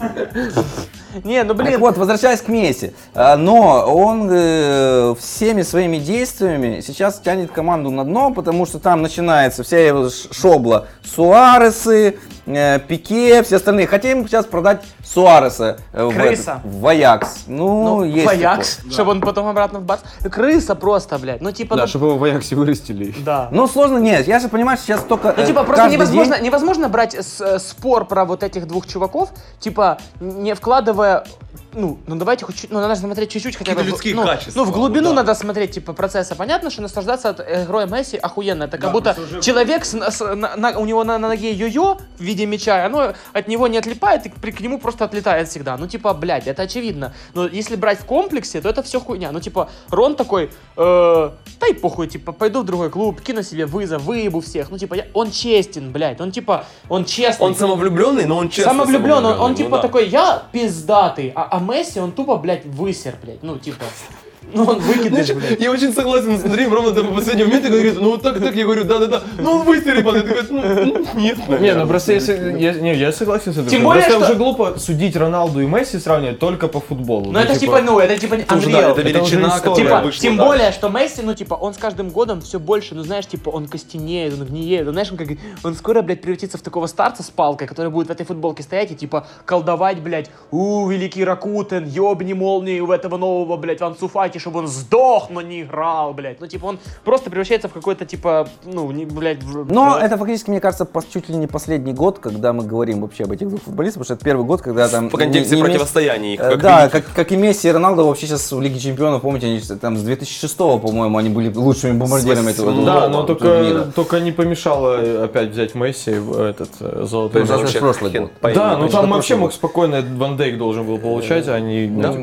Не, ну блин. Так вот, возвращаясь к Месси, а, но он э, всеми своими действиями сейчас тянет команду на дно, потому что там начинается вся его ш- шобла Суаресы, э, Пике, все остальные. Хотим сейчас продать Суареса э, в, Крыса. этот, в Аякс. Ну, Ну, есть в Аякс, такое. чтобы он потом обратно в Барс. Крыса просто, блядь. Ну типа, Да, ну, чтобы его в Аяксе вырастили. да. Ну, сложно, нет, я же понимаю, что сейчас только Ну, э, типа, просто каждый невозможно, день- невозможно брать с- э, спор про вот этих двух чуваков, типа, не вкладывая, ну, ну давайте хоть чуть, ну, надо смотреть чуть-чуть хотя бы, Какие-то в- людские ну, качества, ну, в глубину да. надо смотреть, типа, процесса. Понятно, что наслаждаться от э, героя Месси охуенно. Это как будто человек, с, с- на- на- у него на, на ноге йо-йо в виде мяча, и оно от него не отлипает, и при, к нему просто отлетает всегда. Ну, типа, блядь, это очевидно. Но если брать в комплексе, то это все хуйня. Ну, типа, Рон такой, э, да и похуй, типа, пойду в другой клуб, кину себе вызов, выебу всех. Ну, типа, я, он честен, блядь, он, типа, он честный. Он самовлюбленный, но он честно Самовлюблен, он, он самовлюбленный, типа ну да. такой, я пиздатый, а, а Месси, он тупо, блядь, высер, блядь, ну, типа, ну, он выкидыш, Знаешь, блядь. я очень согласен с Андреем, ровно до последнего момента говорит, ну вот так, так, я говорю, да-да-да, ну он выстрелит, он говорит, ну, ну, нет, Не, наверное. ну просто если... Я, не, я согласен с этим. Тем более, просто что- уже глупо судить Роналду и Месси сравнивать только по футболу. Ну, это типа, ну, это типа, уже, Unreal. да, это уже величина, история. которая Типа, вышла, тем да. более, что Месси, ну, типа, он с каждым годом все больше, ну, знаешь, типа, он костенеет, он гниет, он, знаешь, он как, он скоро, блядь, превратится в такого старца с палкой, который будет в этой футболке стоять и, типа, колдовать, блядь, у, великий Ракутен, ёбни молнии у этого нового, блядь, в Ансу Фати, чтобы он сдох, но не играл, блядь. Ну, типа, он просто превращается в какой-то, типа, ну, не, блядь, в- Но в- это фактически, мне кажется, пос- чуть ли не последний год, когда мы говорим вообще об этих двух футболистах, потому что это первый год, когда там... В контексте не- не Месси- противостояния их, Э, как Да, великих. как, как и Месси и Роналдо вообще сейчас в Лиге Чемпионов, помните, они там с две тысячи шестого, по-моему, они были лучшими бомбардирами С этого восьмого. Да, этого но турнира. только, только не помешало опять взять Месси в этот э, золотой То есть мяч. это прошлый хрен год. пойми, Да, ну почти там прошлый вообще год. мог спокойно Ван Дейк должен был получать, а не... Да?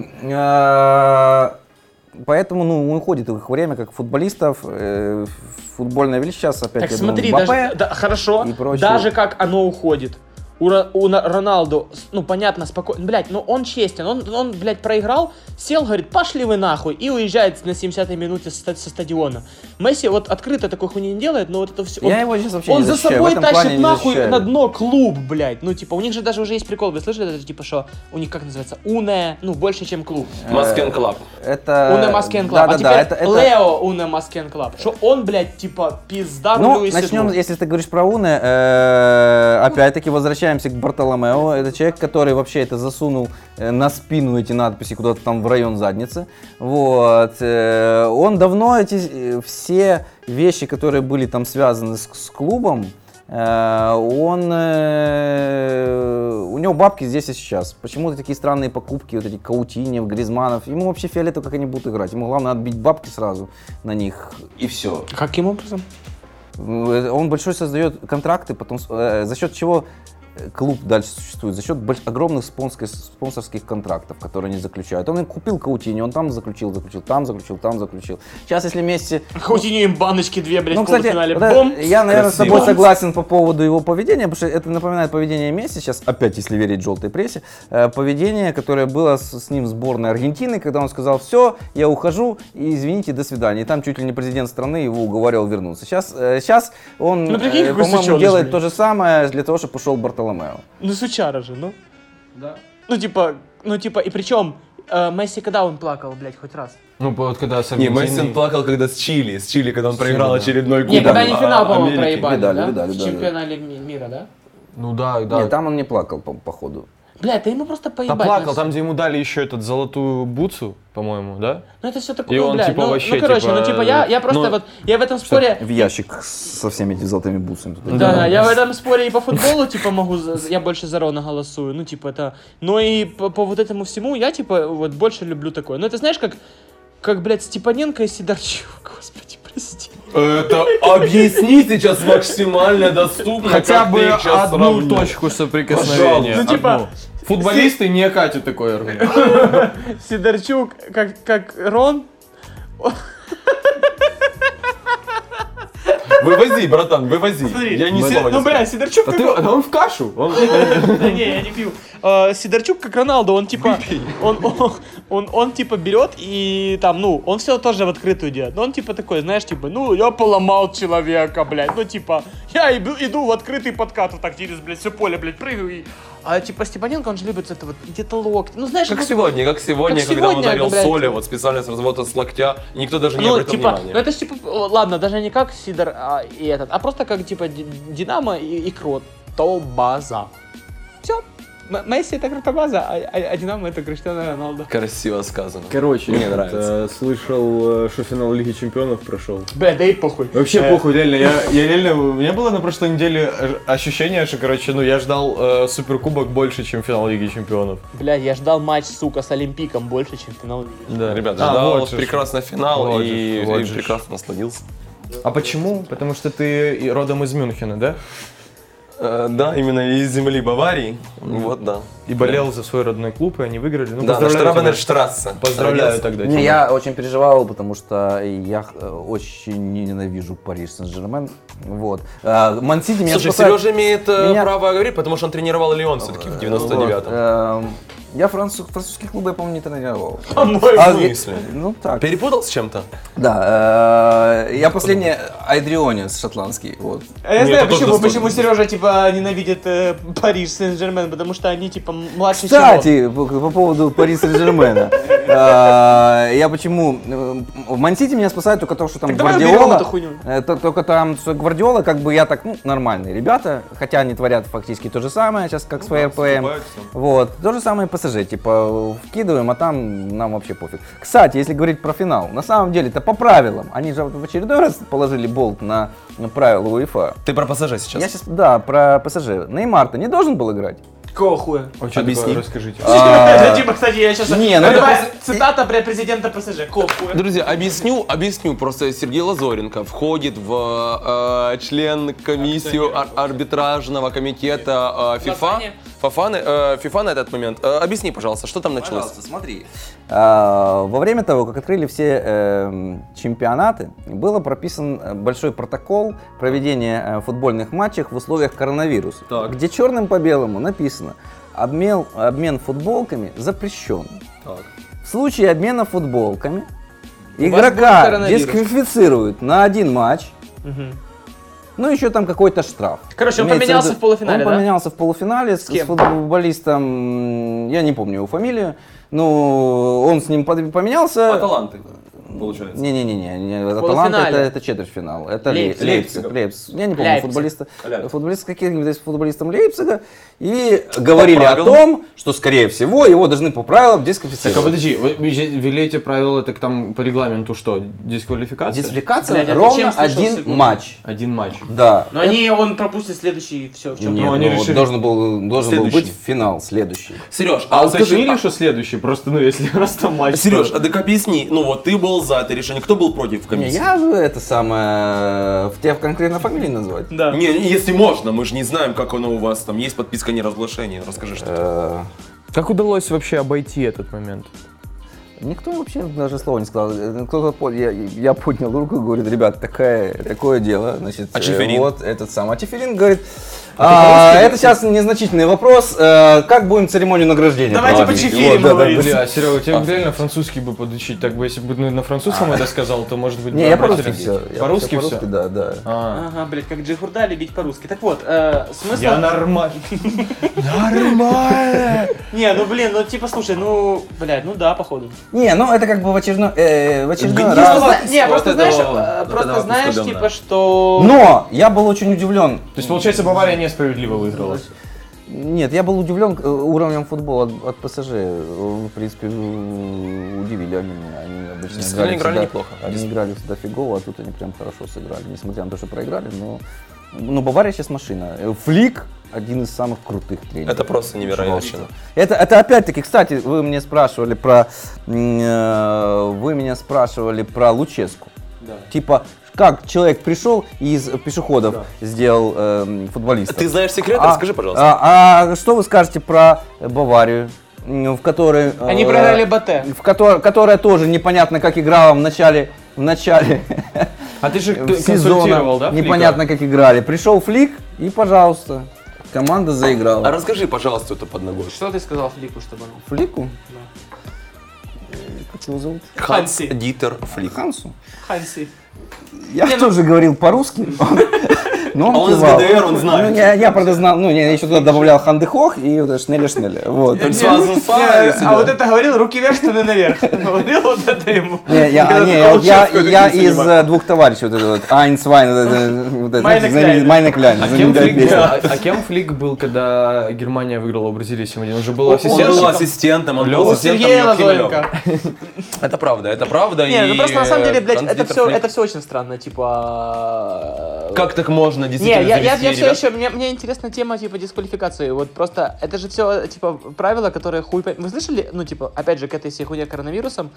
А, Поэтому, ну, уходит их время как футболистов. э, Футбольная величие сейчас опять, Так я думаю, смотри, Мбаппе. даже, да, хорошо, и прочее. даже как оно уходит. У, Ро- у На- Роналду, с- ну, понятно, спокойно, блядь, ну, он честен, он, он, блядь, проиграл, сел, говорит, пошли вы нахуй, и уезжает на семидесятой минуте со, со стадиона. Месси вот открыто такой хуйни не делает, но вот это все... Я он, его сейчас вообще он не за защищаю, в собой этом плане тащит не нахуй защищаю. на дно клуб, блядь. Ну, типа, у них же даже уже есть прикол, вы слышали, это, типа, что у них, как называется, Уне, ну, больше, чем клуб. Маскен Клаб. Это... Уне Маскен Клаб. Да, А да, да, теперь это, это... Лео Уне Маскен Клаб. Что он, блядь, типа, пизда Ну, рулю и начнем, седлу. если ты говоришь про Уне, э, опять-таки возвращаемся к Бартоломео. Это человек, который вообще это засунул э, на спину эти надписи куда-то там в район задницы. Вот. э, Он давно эти э, все вещи, которые были там связаны с, с клубом, э, он, э, у него бабки здесь и сейчас. Почему-то такие странные покупки, вот эти Каутиньев, Гризманов. Ему вообще фиолетово, как они будут играть. Ему главное отбить бабки сразу на них, и все. Каким образом? Он большой создает контракты, потом э, за счет чего клуб дальше существует, за счет больш- огромных спонсорских, спонсорских контрактов, которые они заключают. Он и купил Каутиньо, он там заключил, заключил, там заключил, там заключил. Сейчас, если Месси... Каутиньо им баночки две, блядь, Ну, в кстати, полуфинале. вот это- Бом! я, наверное, с Красиво. тобой согласен по поводу его поведения, потому что это напоминает поведение Месси, сейчас опять, если верить желтой прессе, э, поведение, которое было с, с ним в сборной Аргентины, когда он сказал, все, я ухожу, и извините, до свидания. И там чуть ли не президент страны его уговаривал вернуться. Сейчас, э, сейчас он, Ну, прикинь, э, какой по-моему, сучёныш, делает блин. то же самое для того, чтобы ушел Бартоломео. Ну, сучара же, ну. Да. Ну, типа, ну, типа, и причем, э, Месси, когда он плакал, блядь, хоть раз? Ну, вот когда с Не, Аргентиной... Месси плакал, когда с Чили, с Чили, когда он проиграл очередной кубок. Не, когда они финал, а, по-моему, Америки. проебали, Видали, да? видали, В да, чемпионате ми- мира, да? Ну да, да. Нет, там он не плакал, по- походу. Бля, ты ему просто Да поебать. плакал, на там, где ему дали еще этот золотую бутсу, по-моему, да? Ну это все такое, И он, блядь, типа, ну, вообще, ну, короче, типа, ну, типа, я, я просто ну, вот, я в этом споре... В ящик со всеми этими золотыми бусами. туда. Да, да, я в этом споре и по футболу, типа, могу, за- я больше за Рона голосую, ну, типа, это... Но и по, по вот этому всему я, типа, вот больше люблю такое. Ну, это знаешь, как, как, блядь, Степаненко и Сидорчук, господи, прости. Это объясни сейчас максимально доступно. Хотя как бы ты их щас одну сравнил. точку соприкосновения. Пожалуйста. Ну, типа, одну. Футболисты не катят такой аргумент. Сидорчук, как, как Рон... Вывози, братан, вывози. Я не Си- слова не Ну, скажу. бля, Сидорчук А как... ты, а он в кашу. Он- Да не, я не пью. А, Сидорчук как Роналдо, он типа, он, он, он, он типа берет и там, ну, он все тоже в открытую делает. Но он типа такой, знаешь, типа, ну, я поломал человека, блядь. Ну, типа, я иду, иду в открытый подкат, вот так через, блядь, все поле, блядь, прыгаю. И... А типа Степаненко, он же любит это вот где-то локти. Ну, знаешь, Как вот- сегодня, как сегодня, Как когда он сегодня, ударил блядь. соли, вот специально с развода с локтя, и никто даже не Ну, обратил типа, внимания. ну это ж типа, о, ладно, даже не как Сидор а, и этот, а просто как типа Ди- Динамо и, и Крот. Тобаза. Все. Месси это Кротобаза, а, а, а Динамо это Криштиану Роналдо. Красиво сказано. Короче, Мне это, нравится. слышал, э, что финал Лиги Чемпионов прошел. Бля, да и похуй. Вообще Э, похуй, реально. Я, я реально, у меня было на прошлой неделе ощущение, что, короче, ну я ждал э, суперкубок больше, чем финал Лиги Чемпионов. Бля, я ждал матч, сука, с Олимпиком больше, чем финал Лиги. Да. Ребята, А, ждал вот же ж. прекрасный финал Вот и, же ж, вот и же ж. прекрасно насладился. А почему? Потому что ты и родом из Мюнхена, да? Э, да, именно из земли Баварии. Вот, да. И болел за свой родной клуб, и они выиграли. Ну, Да, на поздравляю тебя. Штраубенерштрассе. Поздравляю Родился. тогда Не, тебя. я очень переживал, потому что я э, очень ненавижу Париж Сен-Жермен. Вот. А, Ман-Сити меня Слушай, спасает. Сережа имеет э, Меня- право говорить, потому что он тренировал Лион все-таки в девяносто девятом. Вот, эм, Я француз, французские клубы, я помню, не тренировал. В А, смысле? я- Ну так. Перепутал с чем-то? Да, э, я последний Айдрионис шотландский. Вот. А я Нет, знаю, это тоже почему, достойно. почему Сережа, типа, ненавидит э, Париж Сен-Жермен, потому что они, типа, младше Кстати, по, по поводу Пари Сен-Жермена. А, Я почему... э, В Ман-Сити меня спасает только то, что там Так давай уберем Гвардиола. эту хуйню. э, то- Только там что Гвардиола, как бы я так, ну, нормальные ребята. Хотя они творят фактически то же самое сейчас, как с ВПМ. Вот. То же самое ПСЖ. Типа, вкидываем, а там нам вообще пофиг. Кстати, если говорить про финал, на самом деле это по правилам. Они же в очередной раз положили болт на на правила УЕФА. Ты про ПСЖ сейчас? Я сейчас, да, про ПСЖ. Неймар-то не должен был играть? Какого хуя? А что Объясни. такое? Расскажите. А, Типа, кстати, я сейчас... Не, ну это Давай, просто- цитата про президента ПСЖ. Какого хуя? Друзья, объясню, объясню. Просто Сергей Лазоренко входит в э, член комиссию ар- арбитражного комитета э, ФИФА. Название? Фафаны, э, ФИФА на этот момент. Э, объясни, пожалуйста, что там началось? Пожалуйста, смотри. А, Во время того, как открыли все э, чемпионаты, был прописан э, большой протокол проведения э, футбольных матчей в условиях коронавируса, Так. где черным по белому написано: обмен, обмен футболками запрещен. Так. В случае обмена футболками будет игрока коронавирус. дисквалифицируют на один матч. Ну, еще там какой-то штраф. Короче, он Имеется поменялся виду- в полуфинале, Он да? поменялся в полуфинале с, кем? с футболистом, я не помню его фамилию, но он с ним под- поменялся. Аталанты, получается. Не-не-не, не, Аталанта Полуфинале. это, это четвертьфинал. Это Лейпциг. Лейпциг. Лейпциг. Лейпциг. Я не помню Лейпциг. футболиста. Лейпциг. Футболист с каким-нибудь из футболистом Лейпцига. И говорили о правилам. том, что, скорее всего, его должны по правилам Так, а дисквалифицировать. подожди, вы ввели эти правила, так там по регламенту что, дисквалификация? Дисквалификация Блядь, а ты ровно чем слышал один секунду? матч. Один матч. Да. Но они, он пропустит следующий, все, в чем Нет, Ну, они ну, вот решили- должен был, должен был Следующий. быть финал следующий. Сереж, А а скажи, уточнили, а- что следующий? Просто, ну, если раз там матч. Сереж, то- а так объясни, ну вот ты был за это решение, кто был против Не, комиссии? я это самое, в тебя конкретно фамилии назвать? Да. Не, не, если можно, мы же не знаем, как оно у вас там, есть подписка неразглашения, расскажи, что это. Э, Как удалось вообще обойти этот момент? Никто вообще даже слова не сказал. Э, Кто-то по- я, я поднял руку и говорит: ребят, такая, такое дело. Значит, А э, Чеферин? вот этот самый. А Чеферин говорит: А, это сейчас незначительный вопрос. Э, Как будем церемонию награждения Давайте проводить? по-чефирему Вот, да, да, говорить. Бля, Серега, тебе реально французский бы подучить. Так бы, если бы ну, на французском это сказал, то может быть... Не, бы я по-русски обратились. все. По-русски все? Да, да. А. Ага, блядь, как Джихурда любить по-русски. Так вот, э, смысл... Я нормально. Нормально. Не, ну блин, ну типа, слушай, ну, блядь, ну да, походу. Не, ну это как бы в очередной, э, в очередной Гнило. раз. Просто, не, вот просто это знаешь, вот, э, вот просто это знаешь, вот типа, что... Но я был очень удивлен. То есть, получается, Бавария несправедливо выиграла. Нет, я был удивлен э, уровнем футбола от, от ПСЖ. Э, В принципе, у- удивили они меня. Они обычно Действительно играли всегда- неплохо. Они играли всегда фигово, а тут они прям хорошо сыграли. Несмотря на то, что проиграли, но... Ну, Бавария сейчас машина. Э, Флик один из самых крутых тренеров. Это просто невероятно. Просто. Это, это опять-таки, кстати, вы мне спрашивали про... м, э, Вы меня спрашивали про Луческу. Типа, как человек пришел и из пешеходов сделал э, футболиста. Ты знаешь секрет? А, Расскажи, пожалуйста. А, а что вы скажете про Баварию, м, в которой... Они э, проиграли Батэ. В которой, которая тоже непонятно как играла в начале, в начале А ты же сезона. консультировал, да, Флика? Непонятно как играли. Пришел Флик и, пожалуйста, команда А заиграла. расскажи, пожалуйста, это под ногой. Что ты сказал Флику, чтобы он... Флику? Как его зовут? Ханси. Дитер Флик. Хансу. Ханси. Я Не, ну- тоже говорил по-русски, но он, А он из кивал. ГДР, он знает. Ну, я, я, правда, знал, ну, я еще туда добавлял хандыхох и вот это шнеля-шнеля. Вот. Не, сразу не, файл а вот это говорил, руки вверх, штаны наверх. Говорил вот это ему. Не, я, Когда не, ты я, вот я, Луческу я такие из снимал. э, двух товарищей, вот это вот, Айнс Вайн, вот это, вот это, Майне знаменитый- Кляйн. Майне Кляйн, А кем, знаменитая Флик, песня. а, а кем Флик был, когда Германия выиграла у Бразилии семь один? Он же был Он ассистентом. был ассистентом, он был У ассистентом Сергея Йохима Лёва. Лазоренко. Это правда, это правда. Не, ну и, просто на самом деле, блядь, Ханс это Дитер все, Флик. это все очень странно, типа... Как так можно Не, действительно я, я, завести я все ребят? еще, мне, мне интересна тема, типа, дисквалификации. Вот просто, это же все, типа, правила, которые хуй... пойми. Вы слышали, ну, типа, опять же, к этой всей хуйне коронавирусом,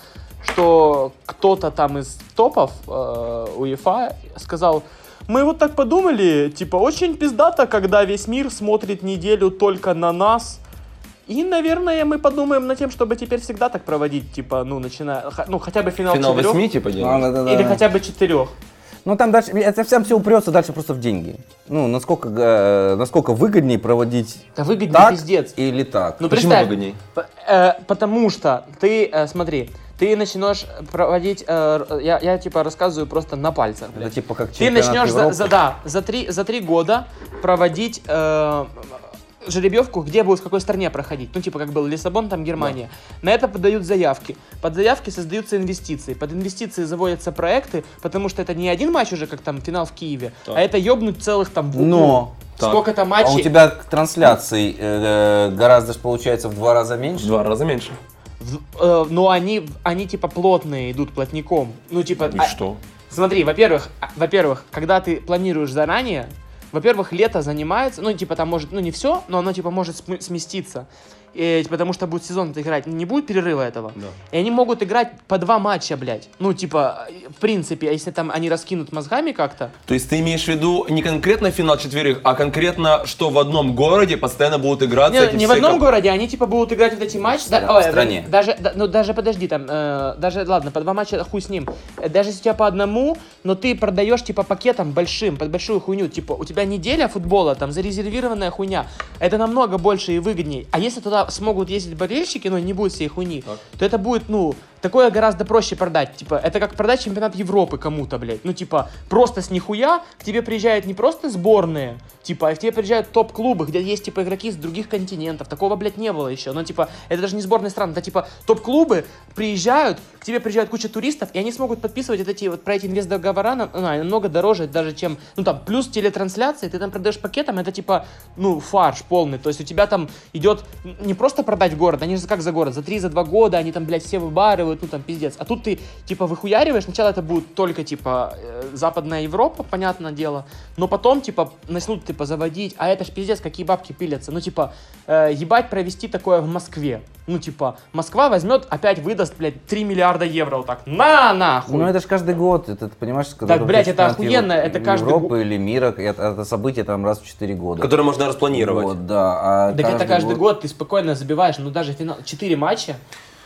что кто-то там из топов э, УЕФА сказал, мы вот так подумали, типа, очень пиздато, когда весь мир смотрит неделю только на нас. И, наверное, мы подумаем над тем, чтобы теперь всегда так проводить, типа, ну, начиная, х- ну, хотя бы финал, Финал четырех, восьми, типа, А, делаешь? да-да-да. или хотя бы четырех. Ну там дальше, это всем все упрется дальше просто в деньги. Ну, насколько, э, насколько выгоднее проводить Да выгоднее так пиздец. или так. Ну, Почему представь, выгодней? п- э, потому что ты, э, смотри, ты начнешь проводить, э, я, я типа рассказываю просто на пальцах, Это блядь. типа как Ты чемпионат начнешь за, Европы. за- да, за три, за три года проводить э, жеребьевку, где будет в какой стране проходить. Ну, типа, как был Лиссабон, там Германия. На это подают заявки. Под заявки создаются инвестиции. Под инвестиции заводятся проекты, потому что это не один матч уже, как там финал в Киеве, а это ёбнуть целых там... Но Так. Сколько-то а матчей. у тебя трансляций э, гораздо ж получается в два раза В меньше. два раза меньше. В- э, но они, они типа плотные идут плотником. Ну, типа... И а- что? Смотри, во-первых, а, во-первых, когда ты планируешь заранее, во-первых, лето занимается, ну, типа, там может, ну, не все, но оно, типа, может см- сместиться. И, потому что будет сезон играть, не будет перерыва этого. Да. И они могут играть по два матча, блядь. Ну, типа, в принципе, если там они раскинут мозгами как-то. То есть ты имеешь в виду не конкретно финал четверых, а конкретно, что в одном городе постоянно будут играться Не, эти не в все одном комп- городе, они, типа, будут играть вот эти матчи. Да, в ой, стране. Даже, да, ну, даже, подожди, там, э, даже, ладно, по два матча, хуй с ним. Э, Даже если у тебя по одному, но ты продаешь, типа, пакетом большим, под большую хуйню. Типа, у тебя неделя футбола, там, зарезервированная хуйня. Это намного больше и выгоднее. А если туда смогут ездить болельщики, но не будет всей хуйни, то это будет, ну, такое гораздо проще продать. Типа, это как продать чемпионат Европы кому-то, блядь. Ну, типа, просто с нихуя к тебе приезжают не просто сборные, типа, а к тебе приезжают топ-клубы, где есть, типа, игроки с других континентов. Такого, блядь, не было еще. Ну, типа, это даже не сборные страны, это, типа, топ-клубы приезжают, к тебе приезжает куча туристов, и они смогут подписывать вот эти вот про эти инвестдоговора на- на- намного дороже даже, чем, ну, там, плюс телетрансляции, ты там продаешь пакетом, это, типа, ну, фарш полный. То есть у тебя там идет не просто продать город, они же как за город, за три, за два года они там, блядь, все выбарывают, ну, там, пиздец. А тут ты, типа, выхуяриваешь, сначала это будет только, типа, э, Западная Европа, понятное дело, но потом, типа, начнут, типа, заводить, а это ж пиздец, какие бабки пилятся. Ну, типа, э, ебать провести такое в Москве. Ну, типа, Москва возьмет, опять выдаст, блядь, три миллиарда евро вот так. На, нахуй! Ну это же каждый год, это ты понимаешь, когда Так, блядь, это чемпионат охуенно, Евро- это каждый Европы год. или мира, это, это событие там раз в четыре года. Которые можно распланировать. Вот, да. А Так это каждый год ты спокойно забиваешь, ну, даже финал, четыре матча.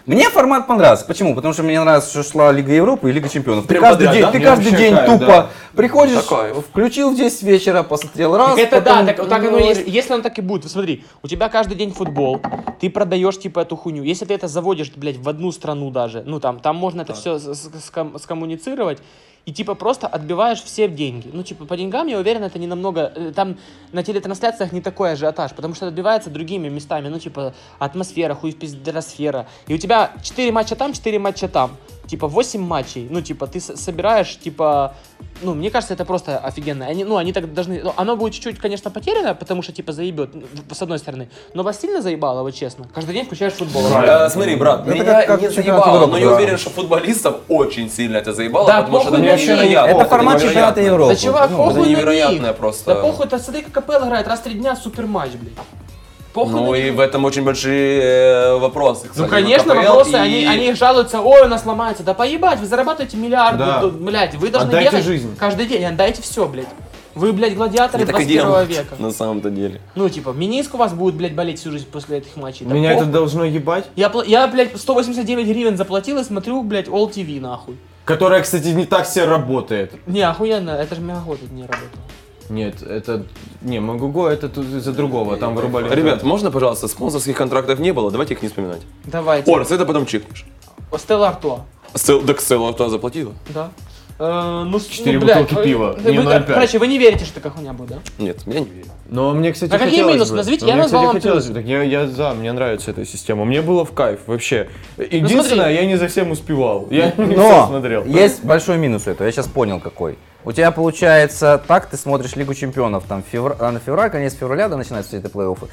Мне формат понравился. Почему? Потому что мне нравится, что шла Лига Европы и Лига Чемпионов. Ты Прям каждый подряд, день, да? ты Мне каждый вообще день кайф, тупо да. приходишь, Да, кайф. включил в десять вечера, посмотрел раз, Так это потом- да, так, так оно и есть. Если он так и будет, смотри, у тебя каждый день футбол, ты продаешь типа эту хуйню. Если ты это заводишь, блядь, в одну страну даже, ну там, там можно это все скоммуницировать, и типа просто отбиваешь все деньги. Ну типа по деньгам, я уверен, это не намного, э, там на телетрансляциях не такой ажиотаж, потому что отбивается другими местами, ну типа атмосфера, хуйпиздеросфера. И у тебя четыре матча там, четыре матча там. Типа восемь матчей, ну типа ты с- собираешь, типа, ну мне кажется, это просто офигенно. Они, ну они так должны, ну, оно будет чуть-чуть, конечно, потеряно, потому что типа заебет, ну, с одной стороны, но вас сильно заебало, вот честно. Каждый день включаешь футбол. Э, смотри, брат, Это меня как- как не чемпионат заебало, Европы, но я да. уверен, что футболистов очень сильно это заебало, Да, потому что похуй это на невероятно. них. Это формат невероятно. чемпионата Европы. Да чувак, Ну, похуй это на невероятное них. просто. Да похуй, это смотри, как КПЛ играет, раз в три дня супер матч, блядь. Похуй Ну на и них. в этом очень большие э, вопросы, кстати. Ну, конечно, КПЛ, вопросы, и- они, они жалуются, ой, у нас ломается. Да поебать, вы зарабатываете миллиарды, Да. ду- блядь, вы должны Отдайте бегать жизнь. каждый день, отдайте все, блядь. Вы, блядь, гладиаторы Это так и двадцать первого делают, века. на самом-то деле. Ну, типа, мениск у вас будет, блядь, болеть всю жизнь после этих матчей. Да Меня похуй. это должно ебать. Я, пла- я, блядь, сто восемьдесят девять гривен заплатил и смотрю, блядь, All ти ви, нахуй. Которая, кстати, не так все работает. Не, охуенно, это же мегагод не работало. Нет, это... Не, Магуго это тут из-за другого, там вырубали... Ребят, можно, пожалуйста, спонсорских контрактов не было, давайте их не вспоминать. Давайте. Орс, это потом чикнешь. Стелла Артуа. Стел- Да Стелла кто заплатила? Да. Э, ну, с- Четыре ну, блядь, бутылки вы- пива, вы- не вы- ноль пять. Короче, вы не верите, что такая хуйня будет, да? Нет, я не верю. Но мне, кстати, А какие хотелось минусы? бы. Назовите, Но я мне, назвал кстати, вам хотелось плюсы. бы. Так я, я за, мне нравится эта система. Мне было в кайф вообще. Единственное, смотри. я не за всем успевал. Я не все Но смотрел. есть большой минус у этого, я сейчас понял какой. У тебя получается так, ты смотришь Лигу Чемпионов, там февр... а, на февраль, конец февраля, да, начинаются все это плей-оффы,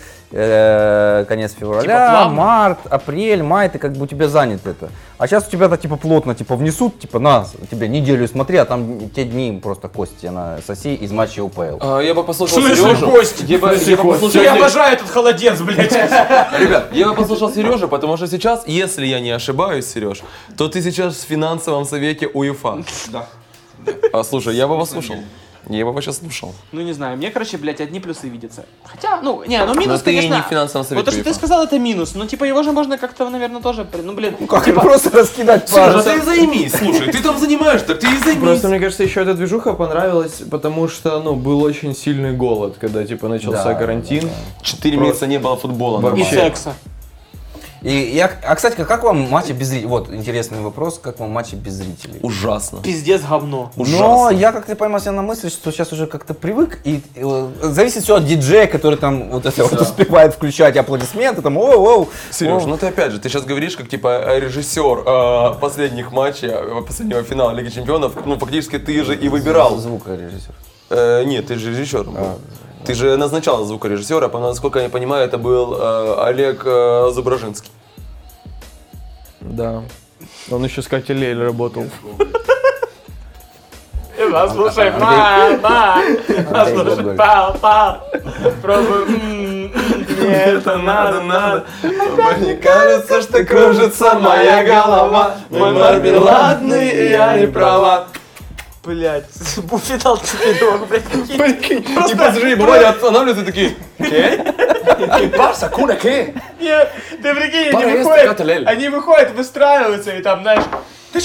Э, конец февраля, Типа плавно? март, апрель, май, ты как бы у тебя занят это. А сейчас у тебя это типа плотно, типа внесут, типа на, тебе неделю смотри, а там те дни просто кости на соси из матча УПЛ. А, я бы послушал В смысле Сережу. гости? Я бы, я бы послушал Я Се- обожаю этот холодец, блядь. Ребят, я бы послушал Сережу, потому что сейчас, если я не ошибаюсь, Сереж, то ты сейчас в финансовом совете УЕФА. Да. А слушай, я бы его слушал. Я бы его сейчас слушал. Ну не знаю, мне, короче, блядь, одни плюсы видятся. Хотя, ну, не, ну Но минус, ты конечно. не в финансовом совете Вот то, что ты УЕФА. сказал, это минус. Ну, типа, его же можно как-то, наверное, тоже, при- ну, блин. Как типа, просто раскидать Сережа, пару. ты займись, слушай, ты там занимаешь, так ты и займись. Просто мне кажется, еще эта движуха понравилась, потому что, ну, был очень сильный голод, когда, типа, начался Да, карантин. Четыре месяца не было футбола. и Вообще. секса. И я, а кстати, как вам матчи без зрителей? Вот интересный вопрос, как вам матчи без зрителей? Ужасно. Пиздец говно. Но Ужасно. я как-то поймал себя на мысли, что сейчас уже как-то привык, и, э, зависит все от диджея, который там вот это вот успевает включать аплодисменты, там оу-оу. Сереж, О. ну ты опять же, ты сейчас говоришь как типа режиссер э, последних матчей, э, последнего финала Лиги Чемпионов, ну фактически ты же и выбирал. Звукорежиссер. Э, нет, ты же режиссером был. Ты же назначал звукорежиссера, по- насколько я понимаю, это был э, Олег э, Зуброжинский. Да. Он еще с Катей Лель работал. Послушай, мама, послушай, Гоголь. папа, пробуй, м, м, мне это надо, надо. Мне кажется, что кружится моя голова, мой мармеладный, и я не права. Блять, буфетал четырех, блядь, Прикинь, и пассажиры бывали останавливаются такие, «Ке? Барса, куна, ке?» Нет, ты прикинь, Пора они есть выходят, такая лель. они выходят, выстраиваются, и там, знаешь, The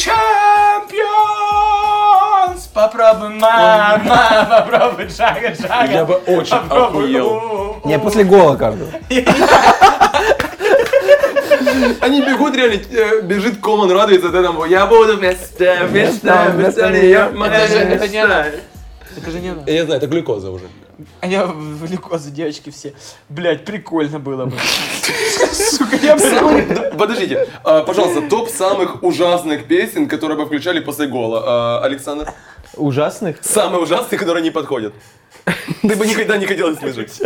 Champions! Попробуй, мама, попробуй, шага, шага. Я бы очень Попробуй, охуел. у, у, Не, после гола каждого. Они бегут реально, э, бежит Колман, радуется, ты там, я буду вместо, вместо, вместо нее. Это же, это не она. Это же не она. Я знаю, это глюкоза уже. А я в глюкозы, девочки все. Блять, прикольно было бы. Сука, я бы... Самый- Подождите, а, пожалуйста, топ самых ужасных песен, которые бы включали после гола. А, Александр? Ужасных? Самые ужасные, которые не подходят. Ты бы никогда не хотел их слышать.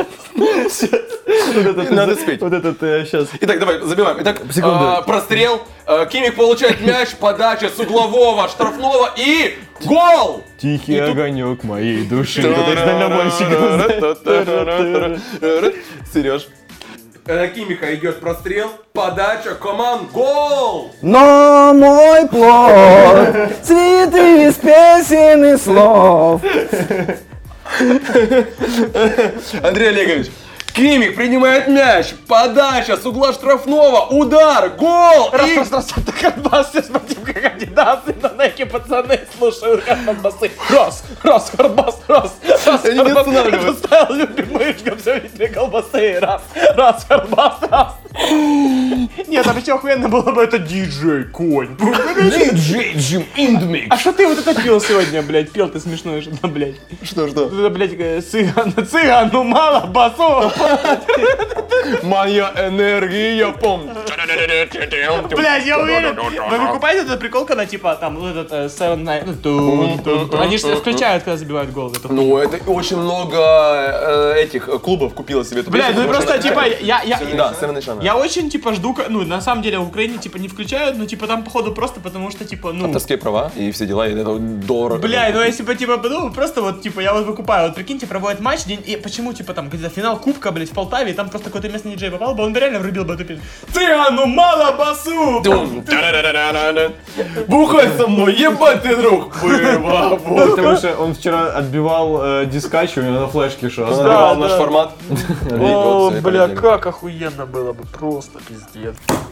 Надо спеть. Вот этот сейчас. Итак, давай, забиваем. Итак, Секунду. а, прострел, а, Кимик получает мяч, подача с углового, штрафного и гол! Тихий огонек моей души. Сереж. На Кимиха идет прострел, подача, команд, гол! Но мой плод, цветы из песен и слов. Андрей Олегович, Кимих принимает мяч, подача с угла штрафного, удар, гол! Раз, и... раз, раз, это Хардбас, все спортивка кандидаты, на неки пацаны слушают Хардбасы. Раз, раз, Хардбас, раз, раз, Они не останавливаются. Поставил любимый все видели колбасы, раз, раз, Хардбас, раз. Нет, а еще охуенно было бы это диджей Конь. Диджей Джим Индмик. А что ты вот это пел сегодня, блядь? Пел ты смешное что-то, блядь. Что, что? Это, блядь, э, цыган, цыган, ну мало басов. Моя энергия, помню. Блядь, я уверен. Вы выкупаете этот прикол, когда типа там ну, этот э, Seven Night, ну, тун, тун, тун. Они же включают, когда забивают гол. Это Ну, это очень много э, этих э, клубов купило себе эту Блядь, песню, ну потому просто что- типа я я Да, Seven Nation. я очень типа жду, ка- ну на самом деле в Украине типа не включают, но типа там походу просто потому что типа ну. Авторские права и все дела, и это вот дорого. Бля, ну если бы типа, ну просто вот типа я вот выкупаю, вот прикиньте, проводят матч, день, и почему типа там где-то финал кубка, блядь, в Полтаве, и там просто какой-то местный диджей попал бы, он бы реально врубил бы эту песню. Цыгану мало басу! Дум, та-да-да-да-да-да. Бухай со мной, ебать ты, друг! Было, вот. Потому что он вчера отбивал э, дискач, у него на флешке шел. Он Да, отбивал да. наш формат. И О, вот всё, и бля, полетели. как охуенно было бы, просто пиздец.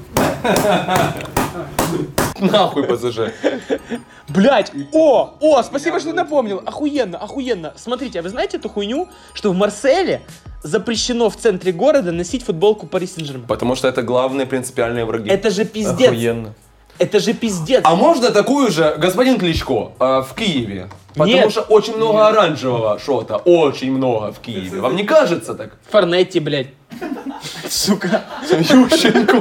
Нахуй ПСЖ. Блять, о, о, спасибо, что напомнил, охуенно, охуенно. Смотрите, а вы знаете эту хуйню, что в Марселе запрещено в центре города носить футболку Пари Сен-Жермен? Потому что это главные принципиальные враги. Это же пиздец. Охуенно. Это же пиздец. А можно такую же, господин Кличко, э, в Киеве? Потому Нет. что очень много оранжевого шота. Очень много в Киеве. Вам не кажется так? Форнетти, блядь. Сука. Ющенко.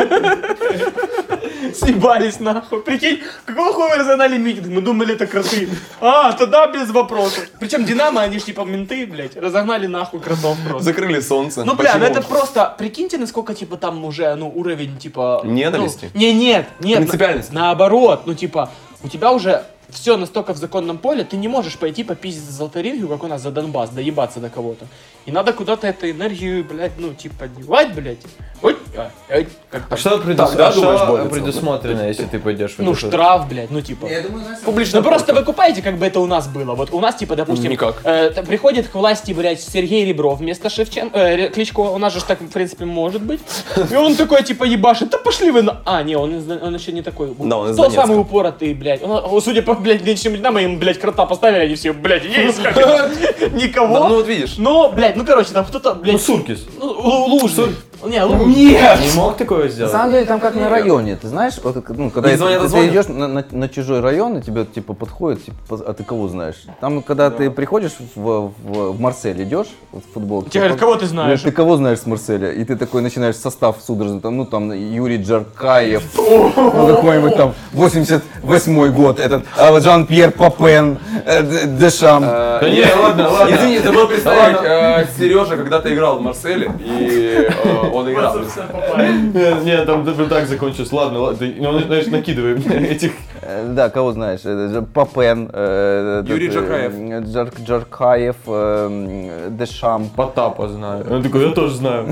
Съебались нахуй. Прикинь, какого хуя разогнали митинг? Мы думали, это кроты. А, тогда без вопросов. Причем Динамо, они ж типа менты, блядь, разогнали нахуй кротов просто. Закрыли солнце. Ну, бля, ну Почему? это просто, прикиньте, насколько, типа, там уже, ну, уровень, типа... Ненависти? Ну, не, нет, нет. Принципиальность? на- наоборот, ну, типа, у тебя уже все настолько в законном поле, ты не можешь пойти попиздить за Золотарингию, как у нас за Донбасс, доебаться до кого-то. И надо куда-то эту энергию, блядь, ну, типа, девать, блядь. Ой, ай, ай, как А так. что, предус... Так, да, а что думаешь, борются? предусмотрено, если ты пойдешь в Ну, эту- штраф, блядь, ну, типа... Я думаю, знаешь, Публично. Ну просто вы купаете, как бы это у нас было. Вот у нас, типа, допустим, Никак. э, т- приходит к власти, блядь, Сергей Ребров вместо Шевченко, э, Кличко, у нас же ж так, в принципе, может быть. И он такой, типа, ебашит, да пошли вы на... А, не, он, из- он еще не такой. Да, он из Кто Донецка. самый упоротый, блядь? Он, судя по, блядь, нынешним дням, им, блядь, крота поставили, они все, блядь, есть как никого. Да, ну вот видишь. Но, блядь, ну, короче, там кто-то, блядь... Ну, Суркис. Ну, Лу- Лужный. Не, Лужный. Не мог такое на сделать? самом деле там как на районе, ты знаешь, вот, ну, когда Не ты, звонят, а ты звонят. идешь на, на- на чужой район, и тебе типа подходит, типа, а ты кого знаешь? Там, когда ты приходишь в, в, в Марсель, идешь вот, в футболке. Тебе говорят, кого ты знаешь? Ты кого знаешь с Марселя? И ты такой начинаешь состав судорожно, там, ну там Юрий Джаркаев, ну какой-нибудь там восемьдесят восьмой год, этот а, Жан-Пьер Папен, э, Д- Дешам. Э, Да не, я- ладно, ладно. Извини, забыл представить, э, Сережа когда-то играл в Марселе, и э, он играл. Нет, нет, там бы так закончилось. Ладно, ладно. ты, ну, знаешь, накидываем этих. Э, Да, кого знаешь? Это же Папен, э, этот, Юрий э, Джаркаев. Джар- Джаркаев, э, Дешам. Потапа знаю. Он такой, я тоже знаю.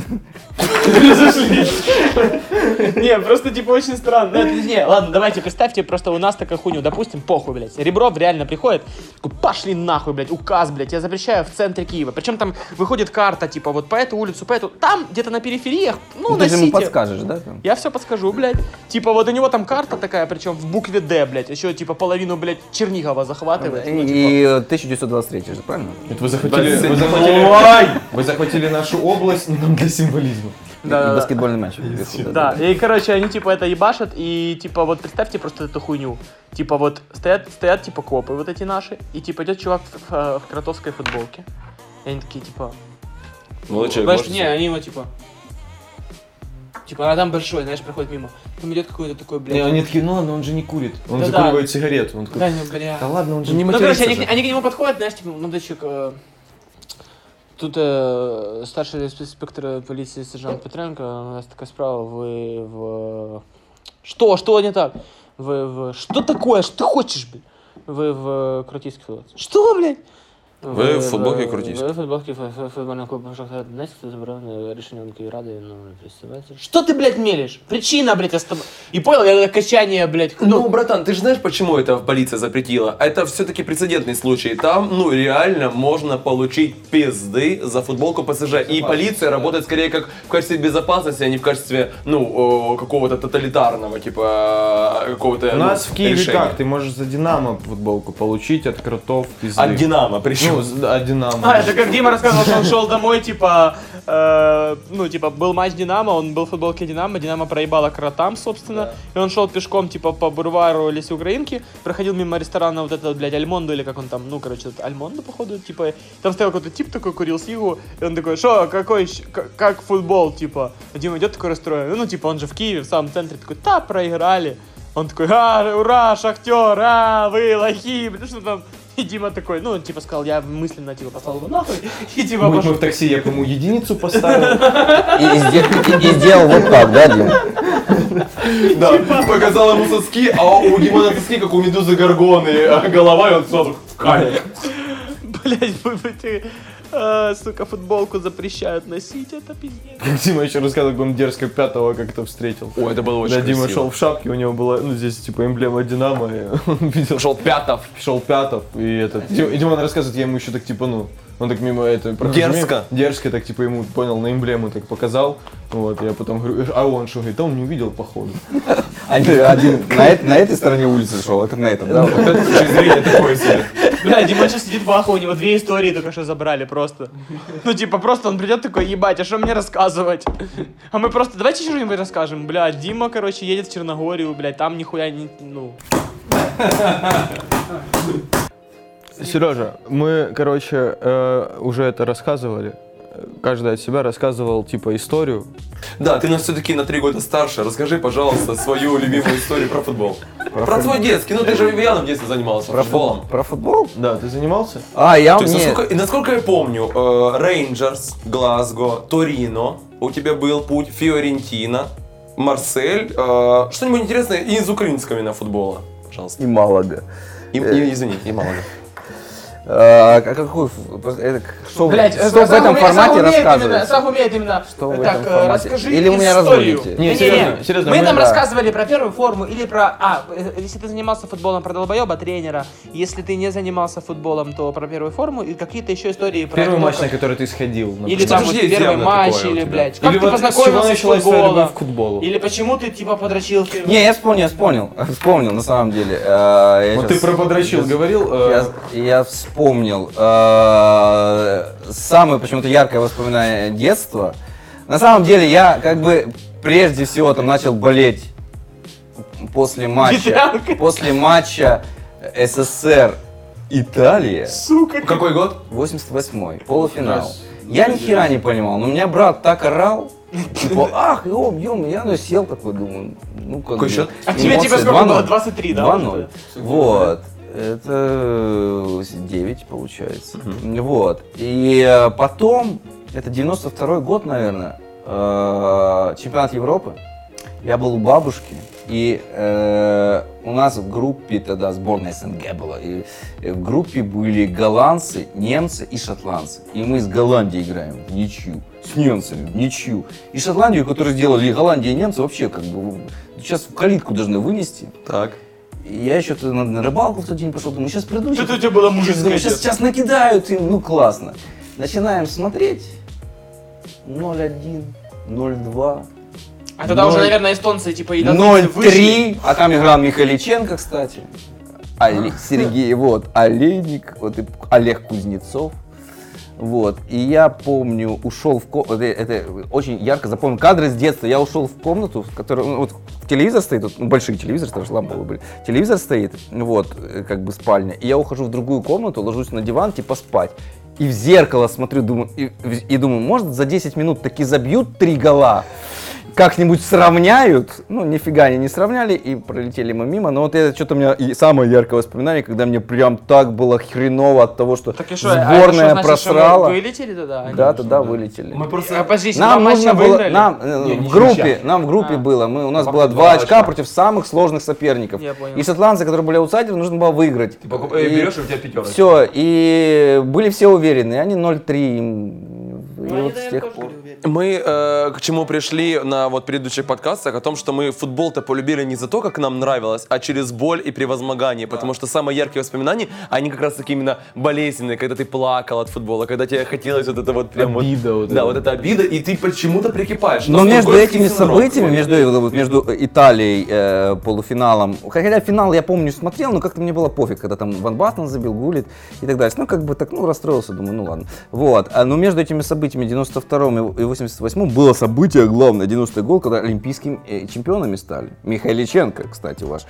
Не, просто типа очень странно. Ну, это- не, ладно, давайте представьте, просто у нас такая хуйня, допустим, похуй, блядь. Ребров реально приходит, такой, пошли нахуй, блядь, указ, блядь, я запрещаю в центре Киева. Причем там выходит карта, типа, вот по эту улицу, по эту. Там, где-то на перифериях, ну, Ну, ты же ему носите. подскажешь, да? там? Я все подскажу, блядь. Типа, вот у него там карта такая, причем в букве Д, блядь. Еще, типа, половину, блядь, Чернигова захватывает. Ну, типа. И э, тысяча девятьсот двадцать третий же, правильно? Это вы захватили, Да, вы да, захватили, вы захватили нашу область, но нам для символизма. Да, И да, да. баскетбольный мяч. вверху, Да, и, короче, они, типа, это ебашат, и, типа, вот представьте просто эту хуйню. Типа, вот стоят, стоят типа, копы вот эти наши, и, типа, идет чувак в, в- в кротовской футболке. И они такие, типа... Молодой человек, знаешь, можете не, они его, типа... Типа, она там большой, знаешь, проходит мимо. Там идет какой-то такой, блядь... И они такие, ну ладно, он же не курит. Он Да-да. закуривает сигарету. Он такой, Да, ну, бля. да ладно, он же Не Ну, матерится короче, они, же. они к нему подходят, знаешь, типа, молодочек, э, тут э, старший инспектор полиции сержант Петренко, у нас такая справа, вы в... Что? Что не так? Вы в... Что такое? Что ты хочешь, блядь? Вы в Крутийской федерации. Что, блядь? Ви в футболці крутісь. Ви в футболці футбольного клубу Шахтар Донецьк забрав рішення Київради, ну, представляете. Что ты, блядь, мелешь? Причина, блядь, останов... И понял, я качание, блядь. Ну, братан, ты же знаешь, почему это полиция запретила? Это все-таки прецедентный случай. Там, ну, реально можно получить пизды за футболку ПСЖ. И полиция работает скорее как в качестве безопасности, а не в качестве, ну, какого-то тоталитарного, типа, какого-то У нас ну, в Киеве решения. как? Ты можешь за Динамо футболку получить от кротов пизды. От Динамо, причем. Ну, з- от Динамо. А, это как Дима рассказывал, что он шел домой, типа, э, ну, типа, был матч Динамо, он был в футболке Динамо, Динамо проебало кротам, собственно, и он шел пешком, типа, по бульвару Лисы Украинки, проходил мимо ресторана вот этого, блядь, Альмондо, или как он там, ну, короче, Альмондо, походу, типа, там стоял какой-то тип такой, курил сигу, и он такой, шо, какой, щ- к- как футбол, типа, а Дима идет такой расстроенный, ну, типа, он же в Киеве, в самом центре, такой, та, проиграли, он такой, а, ура, Шахтер, а, вы лохи, блин, что там. И Дима такой, ну, типа, сказал, я мысленно, типа, послал его нахуй, и типа Мы, мы пошел. в такси, я, по-моему, единицу поставил. И, и сдел- и- и сделал вот так, да, Дим? Да, показал ему соски, а у Димона соски, как у медузы Горгоны, а голова, и он сразу в камень. Блять, вы, вы, ты, а, сука, футболку запрещают носить, это пиздец. Как Дима еще рассказывал, как он дерзко пятого как-то встретил. О, это было очень Да, Дима красиво. шел в шапке, у него была, ну, здесь, типа, эмблема Динамо, и он видел, Шел Пятов. шел Пятов, и этот, и Дима рассказывает, я ему еще так, типа, ну, он так мимо это прохожу Дерзко. мимо, дерзко, так, типа, ему, понял, на эмблему так показал, вот, я потом говорю, а он что, говорит, да он не увидел, походу. Один, один на, эт- на этой стороне улицы шел, это на этом, да? вот. Точка зрения такое себе. Бля, Дима сейчас сидит в ахуе, у него две истории только что забрали просто. Ну, типа, просто он придет такой, ебать, а что мне рассказывать? А мы просто, давайте что-нибудь расскажем. Бля, Дима, короче, едет в Черногорию, блядь, там нихуя не, ну... Сережа, мы, короче, э, уже это рассказывали, каждый от себя рассказывал, типа, историю. Да, ты нас все-таки на три года старше. Расскажи, пожалуйста, свою любимую историю про футбол. Про твой детский. Ну ты же в явном детстве занимался Про футболом. футбол? Про футбол? Да, ты занимался? А, я То есть, мне... насколько, и насколько я помню, э, Рейнджерс, Глазго, Торино, у тебя был путь, Фиорентина, Марсель. Э, что-нибудь интересное из украинского именно футбола, пожалуйста. И Малага. И, и- извини, и Малага. А, а какой... ф- это, что, Блядь, что в этом формате рассказывается? Сам умеет именно. Что в так, этом э, формате? расскажи Или вы меня историю. разводите? Не, Не-не-не. серьезно, серьезно, Мы мы- там да. рассказывали про первую форму или про... А, э, если ты занимался футболом, про долбоеба, тренера. Если ты не занимался футболом, то про первую форму и какие-то еще истории про... Первый то, матч, как- на который ты сходил. например. Или Что там же вот есть первый явно матч, такое у или, тебя? блядь, как Или ты вот с чего познакомился с началась твоя футболом? любовь к футболу? Или почему ты, типа, подрочил в первый Не, я вспомнил, я вспомнил. Вспомнил, на самом деле. А, я Вот щас- ты про подрочил говорил. э, Я, я вспомнил э, самое почему-то яркое воспоминание детства. На самом деле я как бы прежде всего там начал болеть после матча, Ветрянкой. после матча СССР Италия, Сука, Какой год? восемьдесят восьмой, полуфинал. Я ни хера не понимал, но у меня брат так орал, типа, ах, ё, ё, я ну, сел такой, думаю, ну как Какой бы, счет? А тебе, эмоции, типа, сколько два ноль. было? двадцать три, да? два вот ноль. это? Вот. Это девять получается. Вот. И э, потом, это девяносто второй год, наверное, э, чемпионат Европы. Я был у бабушки, и э, у нас в группе тогда сборная СНГ была. И в группе были голландцы, немцы и шотландцы. И мы с Голландией играем в ничью, с немцами в ничью. И Шотландию, которую сделали и Голландия, и немцы, вообще как бы сейчас в калитку должны вынести. Так. И я еще на, на рыбалку в тот день пошел, думаю, сейчас приду. Что-то у тебя было мужеское. Сейчас, сейчас накидают им, ну классно. Начинаем смотреть. ноль один, ноль два, А тогда уже, ноль- наверное, эстонцы, типа, и ноль вышли. три, а там играл Михаличенко, кстати. Оле- Сергей, вот, Олейник, вот, и Олег Кузнецов. Вот, и я помню, ушел в комнату, это, это очень ярко запомнил кадры с детства. Я ушел в комнату, в которой, ну, вот, телевизор стоит, вот, ну, большие телевизоры, потому что ламповые были. Телевизор стоит, вот, э, как бы спальня, и я ухожу в другую комнату, ложусь на диван, типа спать. И в зеркало смотрю, думаю, и, и думаю, может за десять минут таки забьют три гола. как-нибудь сравняют. Ну, нифига они не сравняли и пролетели мы мимо. Но вот это что-то у меня и самое яркое воспоминание, когда мне прям так было хреново от того, что Так и что, сборная а это что, значит, просрала. что мы вылетели тогда? Да, тогда вылетели. Мы просто... А, подожди, Нам два нужно матча было, выиграли? нам э, Не, в не группе, ничья. нам в группе А. было, мы, у нас Два- было два два очка очка. против самых сложных соперников. Я понял. И шотландцы, которые были аутсайдеры, нужно было выиграть. Ты покуп- э, берешь, и у тебя пятерочка. Все, и были все уверены, они ноль три. им- И Ну, они, вот с наверное, тех тоже пор. были уверены. Мы э, к чему пришли на вот предыдущих подкастах, о том, что мы футбол-то полюбили не за то, как нам нравилось, а через боль и превозмогание, потому что самые яркие воспоминания, они как раз таки именно болезненные, когда ты плакал от футбола, когда тебе хотелось вот это вот прям вот- Обида вот да, эта. вот эта обида, и ты почему-то прикипаешь. Но Нас между другой этими синдром. событиями, между, вот между Италией э, полуфиналом, хотя финал я помню смотрел, но как-то мне было пофиг, когда там Ван Бастен забил, Гулит и так далее. Ну как бы так, ну расстроился, думаю, ну ладно. Вот. А, но между этими событиями девяносто втором и восемьдесят восьмом было событие главное, девяностый гол, когда олимпийскими э, чемпионами стали. Михайличенко, кстати, ваш.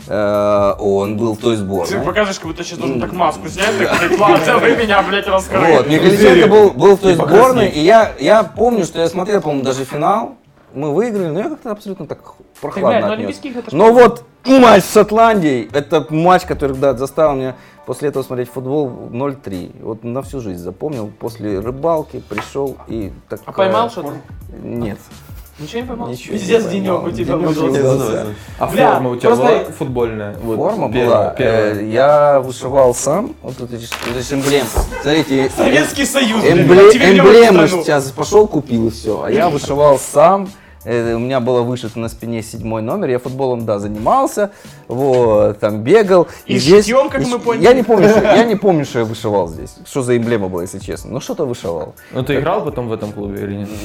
Э, он был в той Ты сборной. покажешь, как будто сейчас должен так маску снять, так сказать, ладно, вы меня, блядь, раскроете. Вот, Михайличенко был, был в той сборной, и я, я помню, что я смотрел, по-моему, даже финал, мы выиграли, но я как-то абсолютно так прохладно блядь, ну, отнес. Олимпийских это ж Но вот матч с Шотландией, это матч, который, да, заставил меня после этого смотреть футбол ноль три. Вот на всю жизнь запомнил, после рыбалки пришел и так. А поймал что-то? Нет. Ничего не поймал? Ничего не Пиздец, поймал. денек у тебя Денек выдался. выдался. А Бля, форма у тебя просто- была футбольная? Вот, Форма первая, была, первая. э, я вышивал сам, вот тут эти, здесь эмблем. Смотрите, Советский Союз, Эмбле- блядь, тебе вернем эмблемы страну. сейчас пошел, купил и все. А я вышивал сам. Э, У меня было вышито на спине седьмой номер. Я футболом, да, занимался. Вот, там бегал. И шитьем, как мы поняли. Я не помню, что, я не помню, что я вышивал здесь. Что за эмблема была, если честно. Но что-то вышивал. Ну ты играл потом в этом клубе или нет?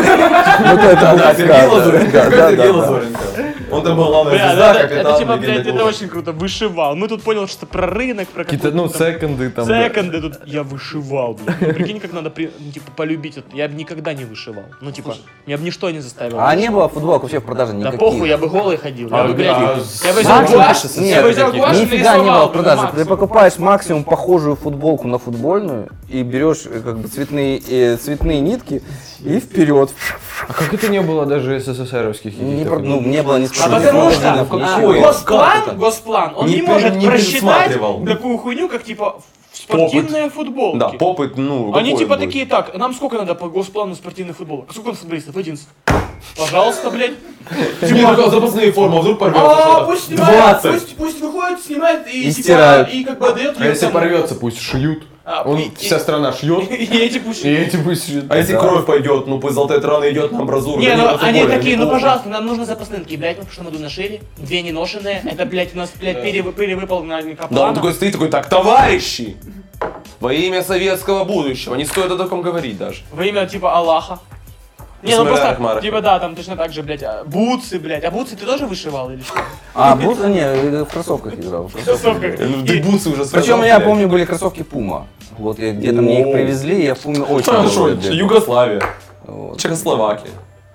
Ну, это это был Да, Сергей да, Лазуренко. да, Какой да, Сергей да, да. Лазуренко? Он там был главная Бля, звезда, это, это, капитан типа, блядь, легенды это клуба. очень круто. Вышивал. Мы тут поняли, что про рынок, про Какие-то, какую-то ну, там секонды там. да. секонды тут. Я вышивал, блядь. Ну, прикинь, как надо, при- ну, типа, полюбить. это. Я бы никогда не вышивал. Ну, типа, меня бы ничто не заставило. А не было футболок вообще в продаже Да никаких. похуй, я бы голый ходил. Я А, бы, блядь, а, я бы с- взял максимум гуашь, нет, я бы взял гуашь и нифига не было нарисовал в бы на продаже. Ты максимум. покупаешь максимум похожую футболку на футбольную и берешь э, как бы цветные, э, цветные нитки и вперед. А как это не было даже СССРовских Не, каких-то? про- ну, не было ни А спортивных потому что магазинов, а, ничего. Ой, госплан, как это? госплан, он Не не, пер- может не просчитать пересматривал. такую хуйню, как типа спортивные футболки. Да, попыт, ну, Они какой типа он будет? такие, так, нам сколько надо по госплану спортивных футболок? Сколько у нас футболистов? одиннадцать. Пожалуйста, блядь. Типа, запасные формы, вдруг порвется А, что-то. пусть снимает, двадцать. пусть, пусть выходит, снимает и, И типа, стирает. и как бы отдает. А если порвется, пусть шьют. А, Он, и- вся страна шьет, И эти пусть... и эти пусть шьют. А если кровь пойдет, ну пусть золотая рана идет на амбразуру. Не, да ну на они футболе, такие, не ну похуй. пожалуйста, нам нужно запасные такие, блядь, мы в прошлом году нашили, две не ношенные, это, блядь, у нас, блядь, пере- перевыполненная Да, он Каплана. такой стоит, такой, так, товарищи, во имя советского будущего, не стоит о таком говорить даже. Во имя, типа, Аллаха. Не, ну Бисмилля просто, рахман типа, да, там точно так же, блядь, а, бутсы, блядь, а бутсы ты тоже вышивал или что? А, бутсы, не, э, в кроссовках играл. в кроссовках. Кроссовках. Ну, ты бутсы уже Причем сказал, я блядь. помню, были кроссовки Puma. Вот я- где-то мне их О. привезли, я в Puma очень Хорошо, долго бегал. Югославия, Вот. Чехословакия.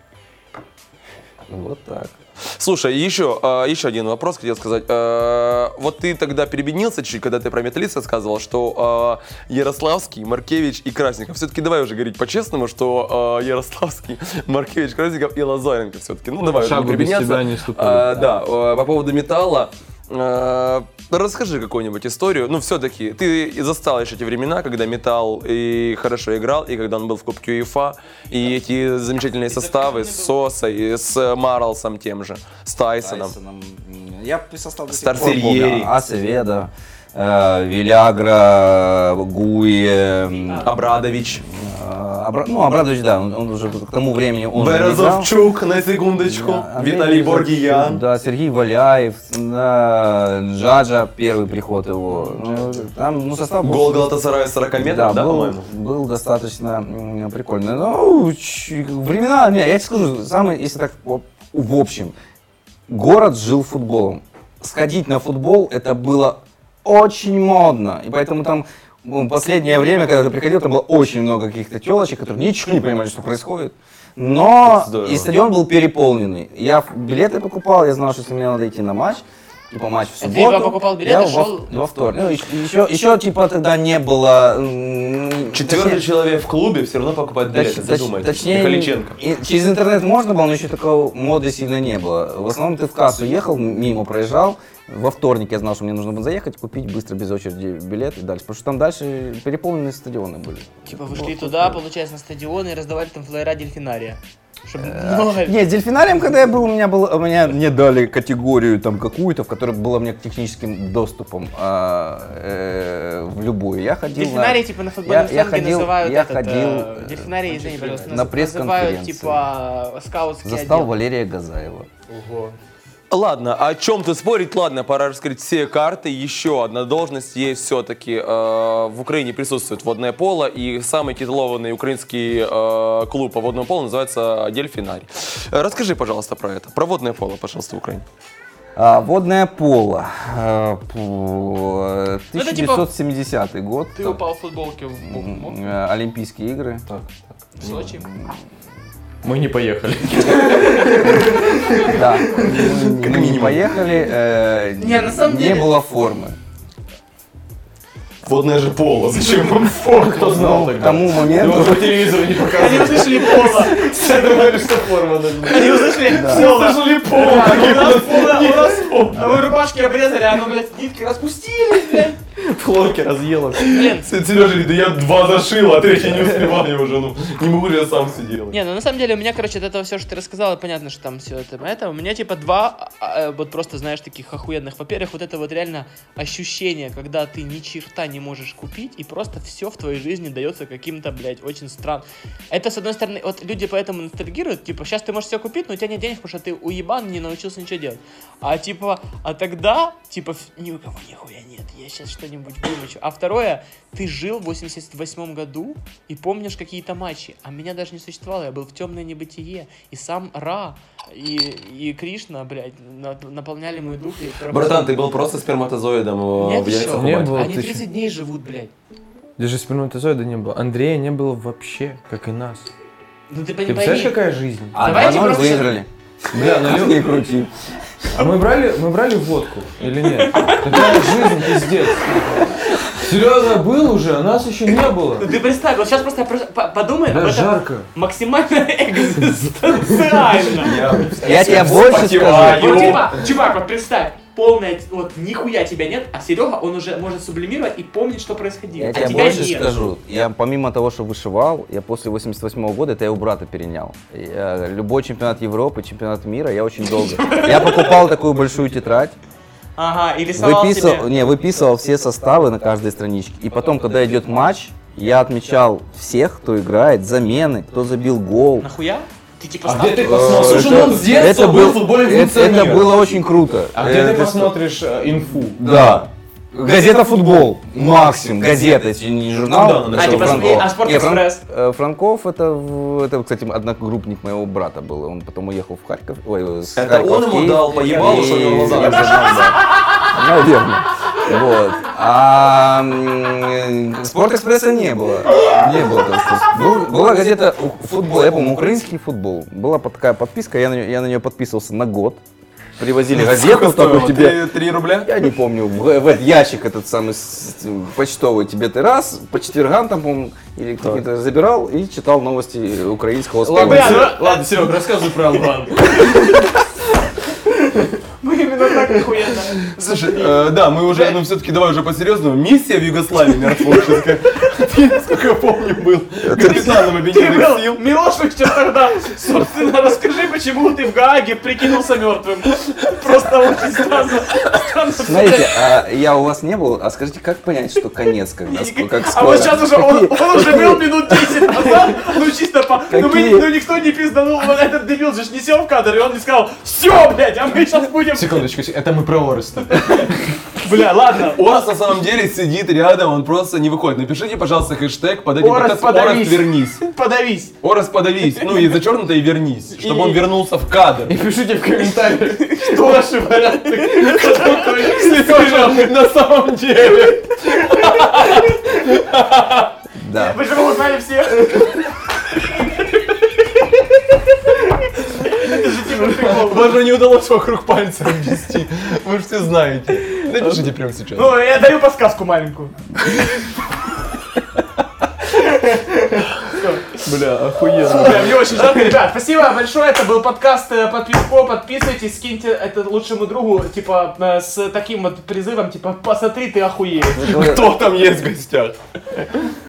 Вот так. Слушай, еще, а, еще один вопрос хотел сказать. А, вот ты тогда перебеднился чуть, когда ты про металлист рассказывал, что а, Ярославский, Маркевич и Красников. Все-таки давай уже говорить по-честному, что а, Ярославский, Маркевич, Красников и Лазаренко все-таки. Ну давай уже Шагу не без прибедняться. тебя не ступили. А, да, а, по поводу металла. а, Расскажи какую-нибудь историю. Ну, все-таки, ты и застал еще те времена, когда металл и хорошо играл, и когда он был в Кубке УЕФА, и эти замечательные составы с Сосой, с Марлсом тем же, с Тайсоном. Тайсоном. Я состав до сих Старсельери. пор помню. Асеведа, э, Вилягра, Гуи, э, Абрадович. Абра- ну, Абрадович, да, он, он уже к тому времени он уже не играл. Березовчук, на секундочку. Да, Виталий Андрей Боргиян. Да, Сергей Валяев, да, Джаджа, первый приход его. Ну, там, ну, состав был... Гол Галатасарая сорок метров, да, был, по-моему? был достаточно м, прикольно. Ну, ч- времена, не, я тебе скажу, самое, если так вот, в общем, город жил футболом. Сходить на футбол это было очень модно, и поэтому там ну, последнее время, когда ты приходил, там было очень много каких-то телочек, которые ничего не понимали, что происходит. Но Здорово. и стадион был переполненный. Я билеты покупал, я знал, что если мне надо идти на матч, типа матч в Ты субботу. покупал билеты, я шел? во, во вторник. Ну, еще, еще типа тогда не было... м, Четвертый точнее- человек в клубе все равно покупает точ- билеты, точ- задумайтесь. Точнее, Михаличенко. и- через интернет можно было, но еще такой моды сильно не было. В основном ты в кассу ехал, мимо проезжал. Во вторник я знал, что мне нужно было заехать, купить быстро, без очереди билет и дальше. Потому что там дальше переполненные стадионы были. Типа вы шли туда, получается, на стадион и раздавали там флайера дельфинария. Чтобы много... Нет, с дельфинарием, когда я был, у меня было, у меня мне дали категорию там какую-то, в которой было мне техническим доступом а, э, в любую. Я ходил Дельфинарий, на... типа, на футбольном я- я сленге ходил- называют я этот... ходил, э, дельфинарий, извини, пожалуйста, на наз- называют, пресс-конференции. типа, скаутский Застал отдел. Валерия Газаева. Ого. Ладно, о чем-то спорить, ладно, пора раскрыть все карты. Еще одна должность есть все-таки. Э, в Украине присутствует водное поло, и самый титулованный украинский э, клуб по водному полу называется Дельфинарий. Э, Расскажи, пожалуйста, про это. Про водное поло, пожалуйста, в Украине. А, водное поло. А, пу- Ну, это тысяча девятьсот семидесятый год. Ты упал в футболке в М, бок- э, Олимпийские игры. в Сочи. Мы не поехали. Да. Мы не поехали. э, Не, на самом Не деле- было формы. Водное же поло, зачем вам форма? Кто знал К тогда? тому моменту... По телевизору не Они показывали. услышали поло. Все думали, что форма нужна. Они услышали Все услышали поло. У нас поло, у нас поло. А мы рубашки обрезали, а оно, блядь, нитки распустились, блядь. Флорки разъела. Блин. Сережа говорит, да я два зашил, а третий не успевал, я уже, ну, не могу же я сам все делать. Не, ну на самом деле у меня, короче, от этого все, что ты рассказал, понятно, что там все это, это. У меня типа два, а, э, вот просто, знаешь, таких охуенных. Во-первых, вот это вот реально ощущение, когда ты ни черта не можешь купить, и просто все в твоей жизни дается каким-то, блядь, очень странно. Это, с одной стороны, вот люди поэтому ностальгируют, типа, сейчас ты можешь все купить, но у тебя нет денег, потому что ты уебан, не научился ничего делать. А типа, а тогда, типа, ф- ни у кого нихуя нет, я сейчас что-нибудь вымучу. А второе, ты жил в восемьдесят восьмом году и помнишь какие-то матчи, а меня даже не существовало, я был в темное небытие, и сам Ра, и, и Кришна, блядь, на- наполняли мой дух. И Братан, ты был просто сперматозоидом э, Нет, в яйцах еще. у Не мать. было. Они ты тридцать дней живут, блядь. Даже сперматозоида не было. Андрея не было вообще, как и нас. Ну ты Ты представляешь, понимаешь, какая жизнь? А Давайте два ноль просто- выиграли. Бля, налил... Не крути. А мы брали, мы брали водку или нет? Такая жизнь, пиздец. Серега был уже, а нас еще не было. Ну ты представь, вот сейчас просто про- по- подумай об Да, этом жарко. максимально экзистенциально. Я тебе больше скажу. Вот типа, чувак, вот представь, полная, вот нихуя тебя нет, а Серега, он уже может сублимировать и помнить, что происходило. Я а тебе тебя больше нет. скажу. Я помимо того, что вышивал, я после восемьдесят восьмого года это я у брата перенял. Я- любой чемпионат Европы, чемпионат мира, я очень долго. Я покупал такую большую тетрадь, Ага, и рисовал выписывал, себе. не, выписывал все составы на каждой страничке. И потом, когда идет матч, я отмечал всех, кто играет, замены, кто забил гол. Нахуя? Ты типа А стал- где ты Э, посмотришь? это- Он с детства это был был- футбольным это, это функционером. было очень круто. А где Это- ты посмотришь э, инфу? Да. Газета «Футбол», максим, газета, это не журнал. Да, да, да. А, это типа, Франков. а «Спорт Не, Фран- Экспресс»? э, Франков, это, в- это, кстати, одногруппник моего брата был. Он потом уехал в Харьков. Ой, с Это Харькова он в ему Киев. дал по ебалу, И- что у него глаза я так знал, да. Наверное. Вот. А м, «Спорт Экспресса» не было. Не было. там, то есть был- Была газета «Футбол», я помню, «Украинский футбол». Была под- такая подписка, я на, нее, я на нее подписывался на год. Привозили газету, такой тебе... Три рубля? Я не помню, в, в этот ящик этот самый с- с- почтовый тебе ты раз, по четвергам там, по-моему, или какие-то забирал и читал новости украинского спорта. Ладно, Бля, Серег, ну- ладно, Серег, рассказывай про Албан. Мы именно так охуенно. Слушай, э, да, мы уже, ну все-таки давай уже по-серьезному. Миссия в Югославии миротворческая. Ты, насколько я помню, был капитаном Ты объединенных сил. был Милошевич тогда. Собственно, расскажи, почему ты в Гааге прикинулся мертвым. Просто очень странно. странно. Знаете, а я у вас не был, а скажите, как понять, что конец, когда ск- как А скоро? вот сейчас уже он, Какие- он уже был минут десять назад, ну чисто по... Ну, мы, Какие? ну никто не пизданул, вот этот дебил же ж не сел в кадр, и он не сказал, все, блядь, а мы сейчас будем... Секундочку, это мы про Ореста. Бля, ладно. Орес на самом деле сидит рядом, он просто не выходит. Напишите, пожалуйста, хэштег под этим Орес, подкастом подавись. «Орес, вернись». Подавись. Орес, подавись. Ну и зачеркнуто и вернись, чтобы он вернулся в кадр. И пишите в комментариях, Что ваши варианты? Кто такой? Сережа, на самом деле. Да. Вы же вы узнали всех. Это же типа прикол. Вам же не удалось вокруг пальца обвести. Вы же все знаете. Напишите прямо сейчас. Ну, я даю подсказку маленькую. Бля, охуенно. Бля, мне очень жалко. Ребят, спасибо большое. Это был подкаст под пивко. Подписывайтесь, скиньте это лучшему другу, типа, с таким вот призывом, типа, посмотри, ты охуеешь. Кто там есть в гостях?